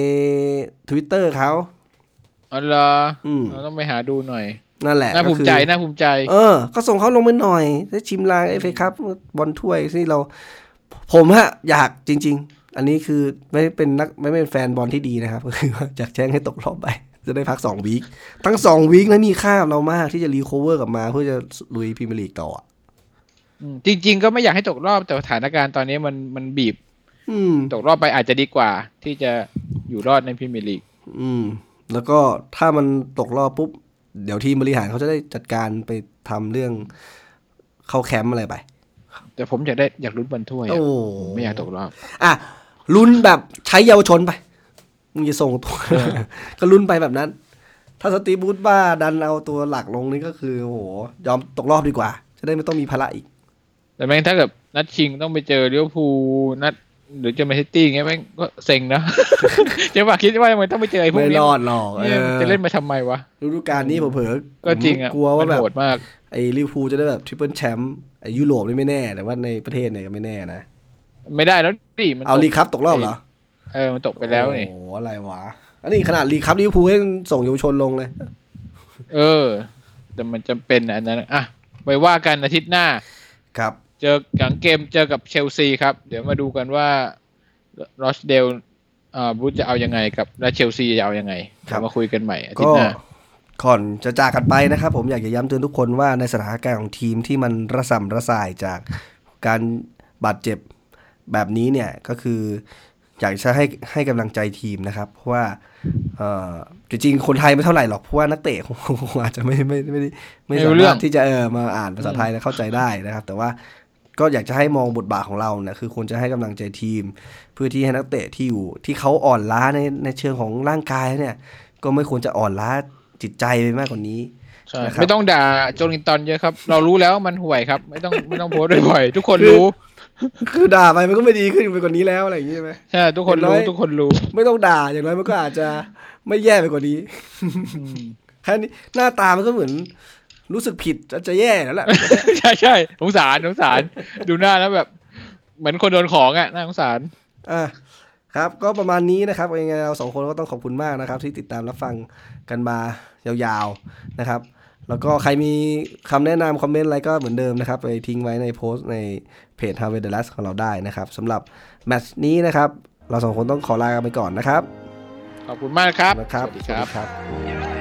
Twitter เขาอ๋อเหรอเราต้องไปหาดูหน่อยนั่นแหละน่าภูมิใจน่าภูมิใจเออก็ส่งเขาลงไปหน่อยได้ชิมลางเอฟเอคัพบอลถ้วยที่เราผมฮะอยากจริงๆอันนี้คือไม่เป็นนักไม่เป็นแฟนบอลที่ดีนะครับก็คืออยากแจ้งให้ตกรอบไปจะได้พักสองวีคทั้งสองวีคแล้วมีค่าเรามากที่จะรีคัฟเวอร์กลับมาเพื่อจะลุยพรีเมียร์ลีกต่อจริงๆก็ไม่อยากให้ตกรอบแต่สถานการณ์ตอนนี้มันมันบีบตกรอบไปอาจจะดีกว่าที่จะอยู่รอดในพรีเมียร์ลีกอืมแล้วก็ถ้ามันตกรอบปุ๊บเดี๋ยวทีมบริหารเขาจะได้จัดการไปทำเรื่องเข้าแคมป์อะไรไปแต่ผมอยากได้อยากลุ้นบอลถ้วยไม่อยากตกรอบอ่ะลุ้นแบบใช้เยาวชนไปมึงจะส่งตัวก็ลุ้นไปแบบนั้นถ้าสตีฟ บูธบ้าดันเอาตัวหลักลงนี่ก็คือโอ้โหยอมตกรอบดีกว่าจะได้ไม่ต้องมีภาระอีกแต่แม่งถ้าเกิดนัดชิงต้องไปเจอลิเวอร์พูลนัดหรือจะแมนซิตี้อย่างเงี้ยแม่งก็เซ็งนะเจ๊ป่ะคิดว่ามันต้องไปเจอไอ้พวกนี้ไม่รอดหรอกจะเล่นมาทำไมวะฤดูกาลนี้เผลอๆก็จริงอ่ะกลัวว่าแบบไอ้ลิเวอร์พูลจะได้แบบทริปเปิลแชมป์ไอ้ยุโรปนี่ไม่แน่แต่ว่าในประเทศเนี่ยก็ไม่แน่นะไม่ได้แล้วดิมันเอาลีกคัพตกรอบเหรอเออมันตกไปแล้วนี่โอ้โหอะไรวะอันนี้ขนาดลีกคัพลิเวอร์พูลให้ส่งเยาวชนลงเลยเออแต่มันจำเป็นอันนั้นอ่ะไปว่ากันอาทิตย์หน้าครับเจอหลังเกมเจอกับเชลซีครับเดี๋ยวมาดูกันว่าโรชเดลอ่าบูธจะเอายังไงกับและเชลซีจะเอายังไงมาคุยกันใหม่อาทิตย์หน้าก่อนจะจากกันไปนะครับผมอยากจะย้ำเตือนทุกคนว่าในสถานการณ์ของทีมที่มันระส่ำระส่ายจากการบาดเจ็บแบบนี้เนี่ยก็คืออยากจะให้ให้กำลังใจทีมนะครับเพราะว่าจริงๆคนไทยไม่เท่าไหร่หรอกเพราะว่านักเตะคงอาจจะไม่ไม่ไม่ไม่สามารถที่จะเออมาอ่านภาษาไทยแล้วเข้าใจได้นะครับแต่ว่าก็อยากจะให้มองบทบาทของเราเนี่ยคือควรจะให้กำลังใจทีมเพื่อที่ให้นักเตะที่อยู่ที่เขาอ่อนล้าในในเชิงของร่างกายเนี่ยก็ไม่ควรจะอ่อนล้าจิตใจไปมากกว่านี้ไม่ต้องด่าโจลินตันเยอะครับเรารู้แล้วมันห่วยครับไม่ต้องไม่ต้องโพสต์บ่อยๆทุกคนรู้คือด่าไปมันก็ไม่ดีขึ้นไปกว่านี้แล้วอะไรอย่างงี้ใช่ไหมใช่ทุกคนรู้ทุกคนรู้ไม่ต้องด่าอย่างน้อยมันก็อาจจะไม่แย่ไปกว่านี้แค่นี้หน้าตามันก็เหมือนรู้สึกผิดจะแย่แล้วแหละใช่ใช่สงสารสงสารดูหน้าแล้วแบบเหมือนคนโดนของอ่ะน่าสงสารอ่ะครับก็ประมาณนี้นะครับยังไงเราสองคนก็ต้องขอบคุณมากนะครับที่ติดตามรับฟังกันมายาวๆนะครับแล้วก็ใครมีคำแนะนำคอมเมนต์อะไรก็เหมือนเดิมนะครับไปทิ้งไว้ในโพสต์ในเพจ Harvey Dallas ของเราได้นะครับสำหรับแมตช์นี้นะครับเราสองคนต้องขอลาไปก่อนนะครับขอบคุณมากครับนะครับสวัสดีครับ